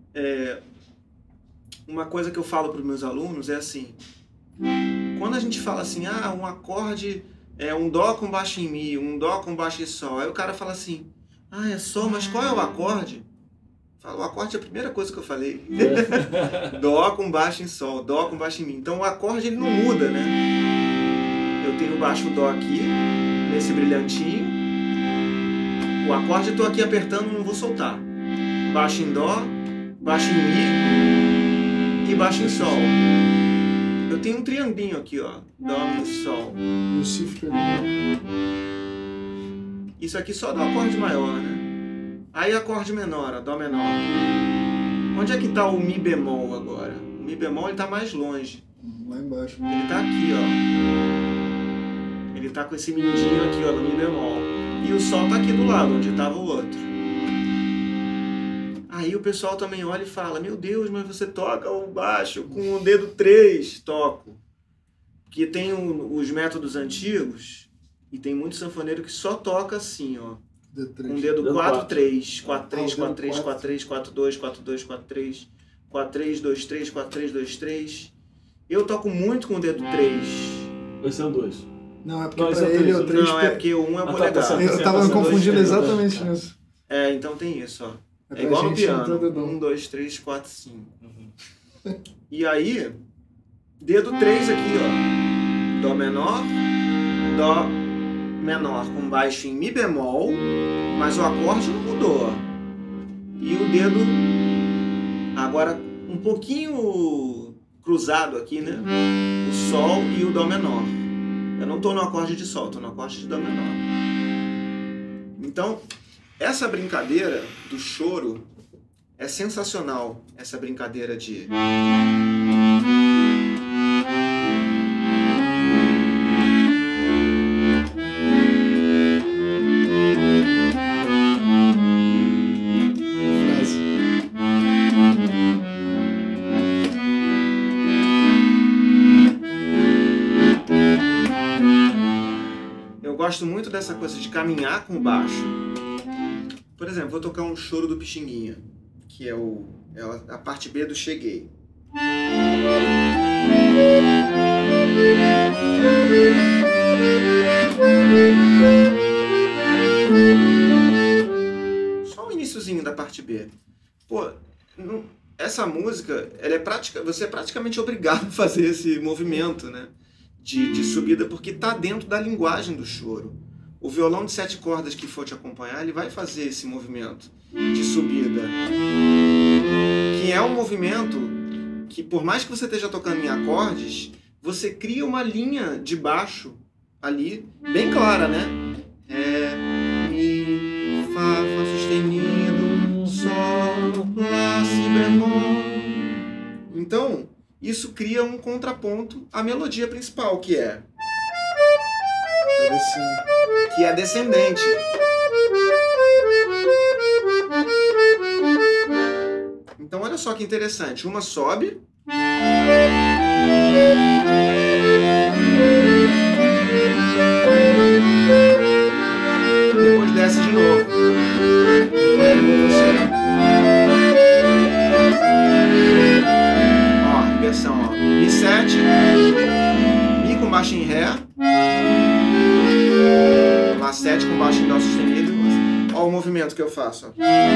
B: uma coisa que eu falo para os meus alunos é assim, quando a gente fala assim, um acorde é um dó com baixo em mi, um dó com baixo em sol, aí o cara fala assim, é sol, mas qual é o acorde? O acorde é a primeira coisa que eu falei. Dó com baixo em sol, dó com baixo em mi. Então o acorde ele não muda, né? Eu tenho o baixo dó aqui, nesse brilhantinho. O acorde eu estou aqui apertando, não vou soltar. Baixo em dó, baixo em mi e baixo em sol. Eu tenho um trianguinho aqui, ó. Dó, mi, sol.
C: E o si fica ali.
B: Isso aqui só do acorde maior, né? Aí acorde menor, ó, dó menor. Onde é que tá o mi bemol agora? O mi bemol ele tá mais longe.
C: Lá embaixo.
B: Ele tá aqui, ó. Ele tá com esse mindinho aqui, ó, no mi bemol. E o sol tá aqui do lado, onde tava o outro. Aí o pessoal também olha e fala, meu Deus, mas você toca o baixo com o dedo 3. Toco. Porque tem os métodos antigos, e tem muito sanfoneiro que só toca assim, ó. Com o dedo 4, 3, 4, 3, 4, 3, 4, 3, 4, 2, 4, 2, 4, 3, 4, 3, 2, 3, 4, 3, 2, 3. Eu toco muito com o dedo 3.
A: Esse é o 2.
C: Não, é porque pra ele é o 3.
B: Não, é porque o 1 é o polegar.
C: Eu tava me confundindo exatamente nisso.
B: Então tem isso, ó. É igual no piano. 1, 2, 3, 4, 5. E aí, dedo 3 aqui, ó. Dó menor, dó menor com baixo em mi bemol, mas o acorde não mudou. E o dedo agora um pouquinho cruzado aqui, né? O sol e o dó menor. Eu não tô no acorde de sol, tô no acorde de dó menor. Então, essa brincadeira do choro é sensacional, essa brincadeira de... Eu gosto muito dessa coisa de caminhar com o baixo. Por exemplo, vou tocar um choro do Pixinguinha, que é a parte B do Cheguei. Só o iniciozinho da parte B. Pô, essa música, você é praticamente obrigado a fazer esse movimento, né? De subida, porque tá dentro da linguagem do choro. O violão de 7 cordas que for te acompanhar, ele vai fazer esse movimento de subida. Que é um movimento que, por mais que você esteja tocando em acordes, você cria uma linha de baixo ali, bem clara, né? Mi, Fá, Fá sustenido, Sol, Lá, Si bemol. Então, isso cria um contraponto à melodia principal, que é descendente. Então olha só que interessante, uma sobe, depois desce de novo. Ó, inversão, ó. Mi7, Mi com baixo em Ré, Lá7 com baixo em Dó sustenido. Olha o movimento que eu faço. Ó.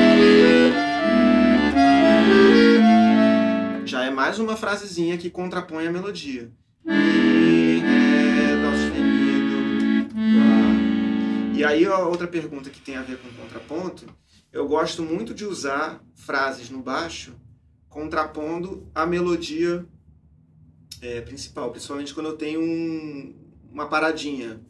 B: Já é mais uma frasezinha que contrapõe a melodia. Mi, Ré, Dó sustenido, Lá. E aí a outra pergunta que tem a ver com contraponto, eu gosto muito de usar frases no baixo contrapondo a melodia principal, principalmente quando eu tenho uma paradinha.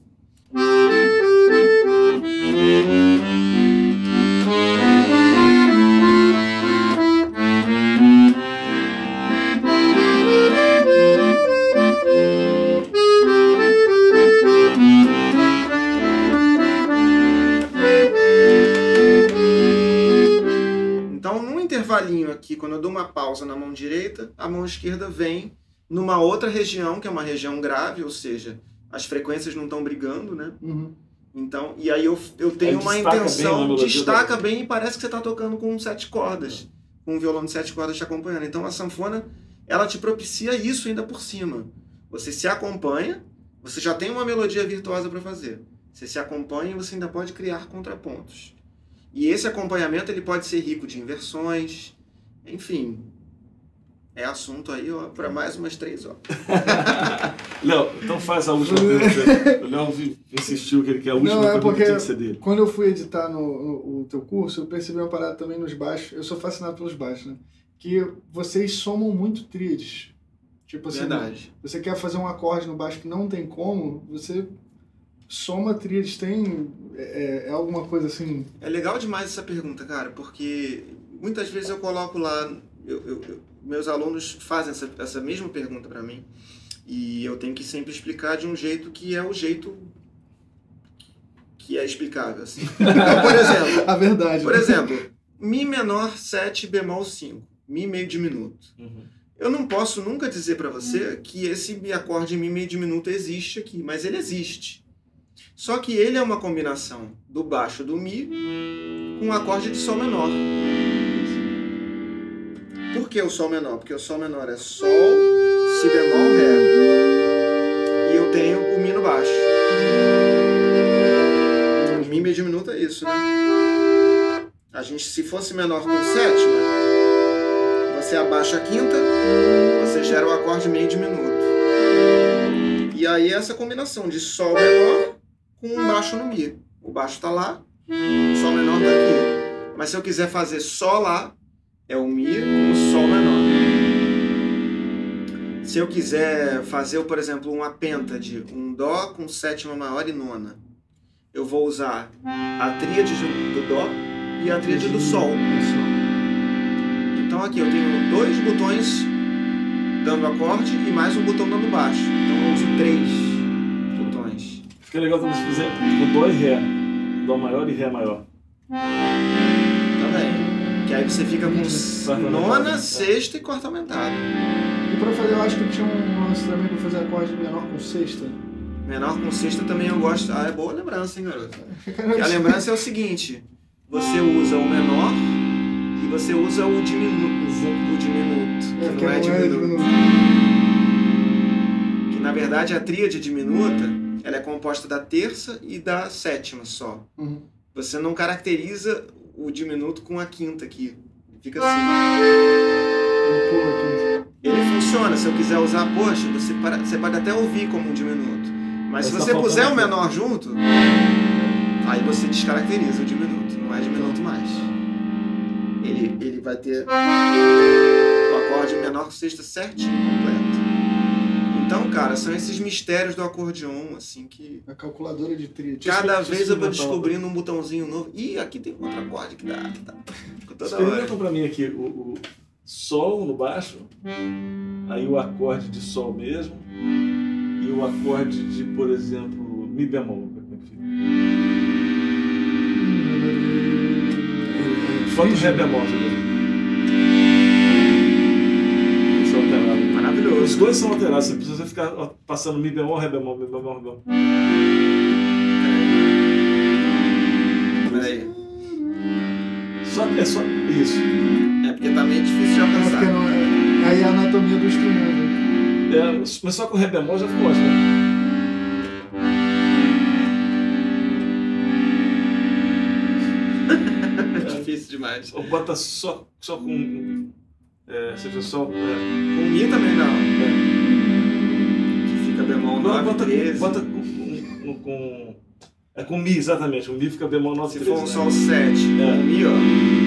B: venho aqui, quando eu dou uma pausa na mão direita, a mão esquerda vem numa outra região, que é uma região grave, ou seja, as frequências não estão brigando, né?
C: Uhum.
B: Então, e aí eu tenho uma intenção, destaca bem e parece que você está tocando com 7 cordas, com um violão de 7 cordas te acompanhando. Então a sanfona, ela te propicia isso ainda por cima. Você se acompanha, você já tem uma melodia virtuosa para fazer. Você se acompanha e você ainda pode criar contrapontos. E esse acompanhamento ele pode ser rico de inversões, enfim... É assunto aí para mais umas 3 horas.
A: Léo, então faz a última pergunta. O Léo insistiu que ele quer a última pergunta que tem que ser dele.
C: Quando eu fui editar no teu curso, eu percebi uma parada também nos baixos. Eu sou fascinado pelos baixos, né? Que vocês somam muito tríades. Tipo assim,
B: verdade.
C: Você quer fazer um acorde no baixo que não tem como, você soma tríades. Tem alguma coisa assim...
B: É legal demais essa pergunta, cara, porque muitas vezes eu coloco lá... meus alunos fazem essa mesma pergunta para mim e eu tenho que sempre explicar de um jeito que é o jeito que é explicável, assim. Então, por exemplo...
C: A verdade.
B: Por exemplo, Mi menor 7 bemol 5, Mi meio diminuto. Uhum. Eu não posso nunca dizer para você que esse acorde Mi meio diminuto existe aqui, mas ele existe. Só que ele é uma combinação do baixo do Mi com um acorde de Sol menor. Por que o Sol menor? Porque o Sol menor é Sol, Si bemol, Ré. E eu tenho o Mi no baixo. O Mi meio diminuto é isso, né? A gente, se fosse menor com sétima, você abaixa a quinta, você gera o acorde meio diminuto. E aí essa combinação de Sol menor com um baixo no Mi. O baixo está lá, o Sol menor está aqui. Mas se eu quiser fazer Sol lá, é o Mi com o Sol menor. Se eu quiser fazer, por exemplo, uma pêntade, um Dó com sétima maior e nona, eu vou usar a tríade do Dó e a tríade do Sol. Então aqui eu tenho 2 botões dando acorde e mais um botão dando baixo. Então eu uso 3 botões.
A: Fica legal também se fizer o Dó e Ré. Dó maior e Ré maior.
B: Também. Que aí você fica com nona, sexta e quarta aumentada.
C: E pra fazer, eu acho que tinha um lance também pra fazer acorde menor com sexta.
B: Menor com sexta também eu gosto. Ah, é boa lembrança, hein, garoto? A lembrança é o seguinte: você usa o menor e você usa o diminuto. O diminuto, que não é diminuto. Que na verdade a tríade diminuta, ela é composta da terça e da sétima só.
C: Uhum.
B: Você não caracteriza o diminuto com a quinta aqui. Fica assim. Ele funciona. Se eu quiser usar, poxa, você pode até ouvir como um diminuto. Mas se você puser o menor junto, aí você descaracteriza o diminuto. Não é diminuto mais. Ele vai ter o acorde menor sexta certinho, completo. Então, cara, são esses mistérios do acordeon, assim, que...
C: A calculadora de tríade.
B: Cada vez eu vou descobrindo um botãozinho novo. Ih, aqui tem um outro acorde que dá.
A: Experimenta pra mim aqui o Sol no baixo, aí o acorde de Sol mesmo, e o acorde de, por exemplo, Mi bemol. Como é que fica? Falta o Ré bemol, entendeu?
B: Maravilhoso.
A: Os dois são alterados, você precisa ficar passando Mi bemol, Ré bemol, Mi bemol, Ré bemol.
B: Peraí.
A: É só isso.
B: É porque tá meio difícil de alcançar.
C: Aí é a anatomia do instrumento.
A: Mas só com Ré bemol já ficou ótimo.
B: Difícil demais.
A: Ou bota só com... você fez só...
B: Com Mi também não. Que fica bemol 9, 13.
A: Bota com... É com Mi, exatamente. O Mi fica bemol 9, 13.
B: Se for um Sol 7, com Mi, ó.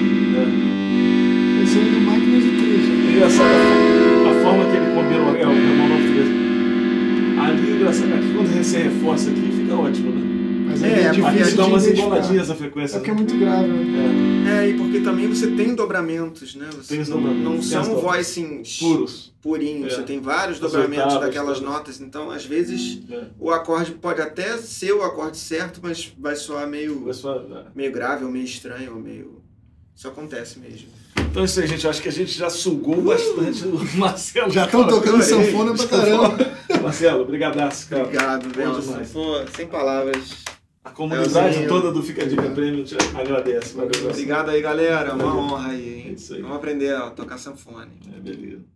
C: Esse é máquinas de tríade.
A: Engraçado a forma que ele combina o bemol 9, 13. Ali, engraçado, aqui quando você reforça aqui, fica ótimo, né?
C: Mas é difícil
A: dá umas emboladinhas a frequência.
C: É porque é muito grave, né?
B: E porque também você tem dobramentos, né? Você não são voicings purinhos. Você tem vários dobramentos daquelas notas. Então, às vezes, o acorde pode até ser o acorde certo, mas vai soar meio grave, ou meio estranho, ou meio... Isso acontece mesmo.
A: Então é isso aí, gente. Eu acho que a gente já sugou bastante o Marcelo.
C: Já estão tocando sanfona pra caramba.
A: Marcelo, obrigadaço, cara.
B: Obrigado, Nelson. Sem palavras.
A: A comunidade toda do Fica a Dica Premium te agradece.
B: Obrigado aí, galera. Uma honra aí, hein?
A: É isso aí.
B: Vamos aprender a tocar sanfone.
A: Beleza.